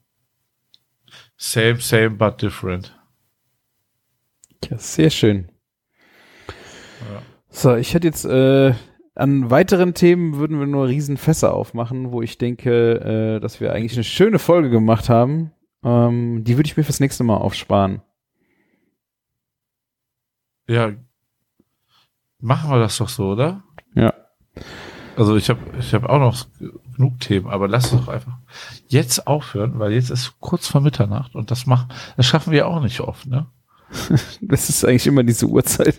Same, same, but different. Ja, sehr schön. Ja. So, ich hätte jetzt äh, an weiteren Themen würden wir nur Riesenfässer aufmachen, wo ich denke, äh, dass wir eigentlich eine schöne Folge gemacht haben. Ähm, die würde ich mir fürs nächste Mal aufsparen. Ja, machen wir das doch so, oder? Ja. Also ich habe ich hab auch noch genug Themen, aber lass doch einfach jetzt aufhören, weil jetzt ist kurz vor Mitternacht und das machen, das schaffen wir auch nicht oft, ne? Das ist eigentlich immer diese Uhrzeit.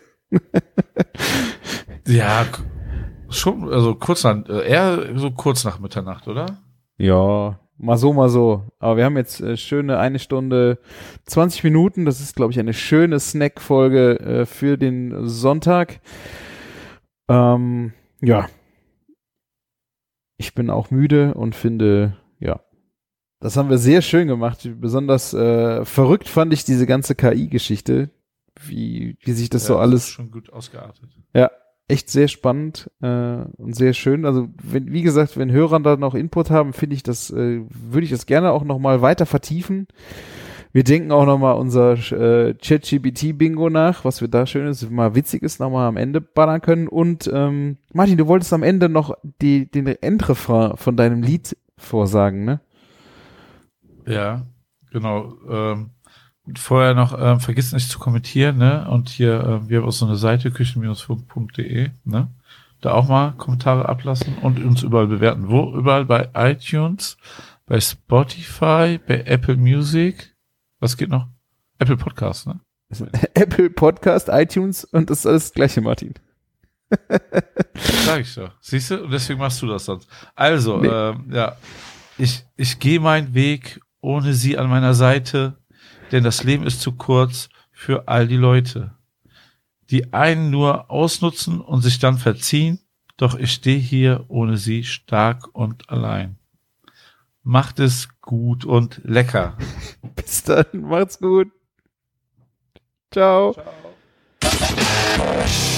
Ja, schon, also kurz nach, eher so kurz nach Mitternacht, oder? Ja, mal so, mal so. Aber wir haben jetzt äh, schöne eine Stunde zwanzig Minuten. Das ist, glaube ich, eine schöne Snack-Folge äh, für den Sonntag. Ähm, ja. Ich bin auch müde und finde, ja, das haben wir sehr schön gemacht. Besonders äh, verrückt fand ich diese ganze K I-Geschichte, wie, wie sich das ja, so alles... Das ist schon gut ausgeartet. Ja, echt sehr spannend äh, und sehr schön. Also, wenn, wie gesagt, wenn Hörer da noch Input haben, finde ich das, äh, würde ich das gerne auch noch mal weiter vertiefen. Wir denken auch nochmal unser äh, ChatGPT-Bingo nach, was wir da Schönes, mal Witziges nochmal am Ende ballern können. Und ähm, Martin, du wolltest am Ende noch die, den Endrefrain von deinem Lied vorsagen, ne? Ja, genau. Ähm, vorher noch, ähm, vergiss nicht zu kommentieren, ne? Und hier, äh, wir haben auch so eine Seite, küchen funk punkt de, ne? Da auch mal Kommentare ablassen und uns überall bewerten. Wo? Überall bei iTunes, bei Spotify, bei Apple Music. Was geht noch? Apple Podcast, ne? Apple Podcast, iTunes und das ist alles das Gleiche, Martin. Sag ich doch. Siehst du? Und deswegen machst du das sonst. Also, Nee. ähm, ja. Ich, ich gehe meinen Weg ohne sie an meiner Seite, denn das Leben ist zu kurz für all die Leute, die einen nur ausnutzen und sich dann verziehen, doch ich stehe hier ohne sie stark und allein. Macht es gut und lecker. Bis dann, macht's gut. Ciao. Ciao.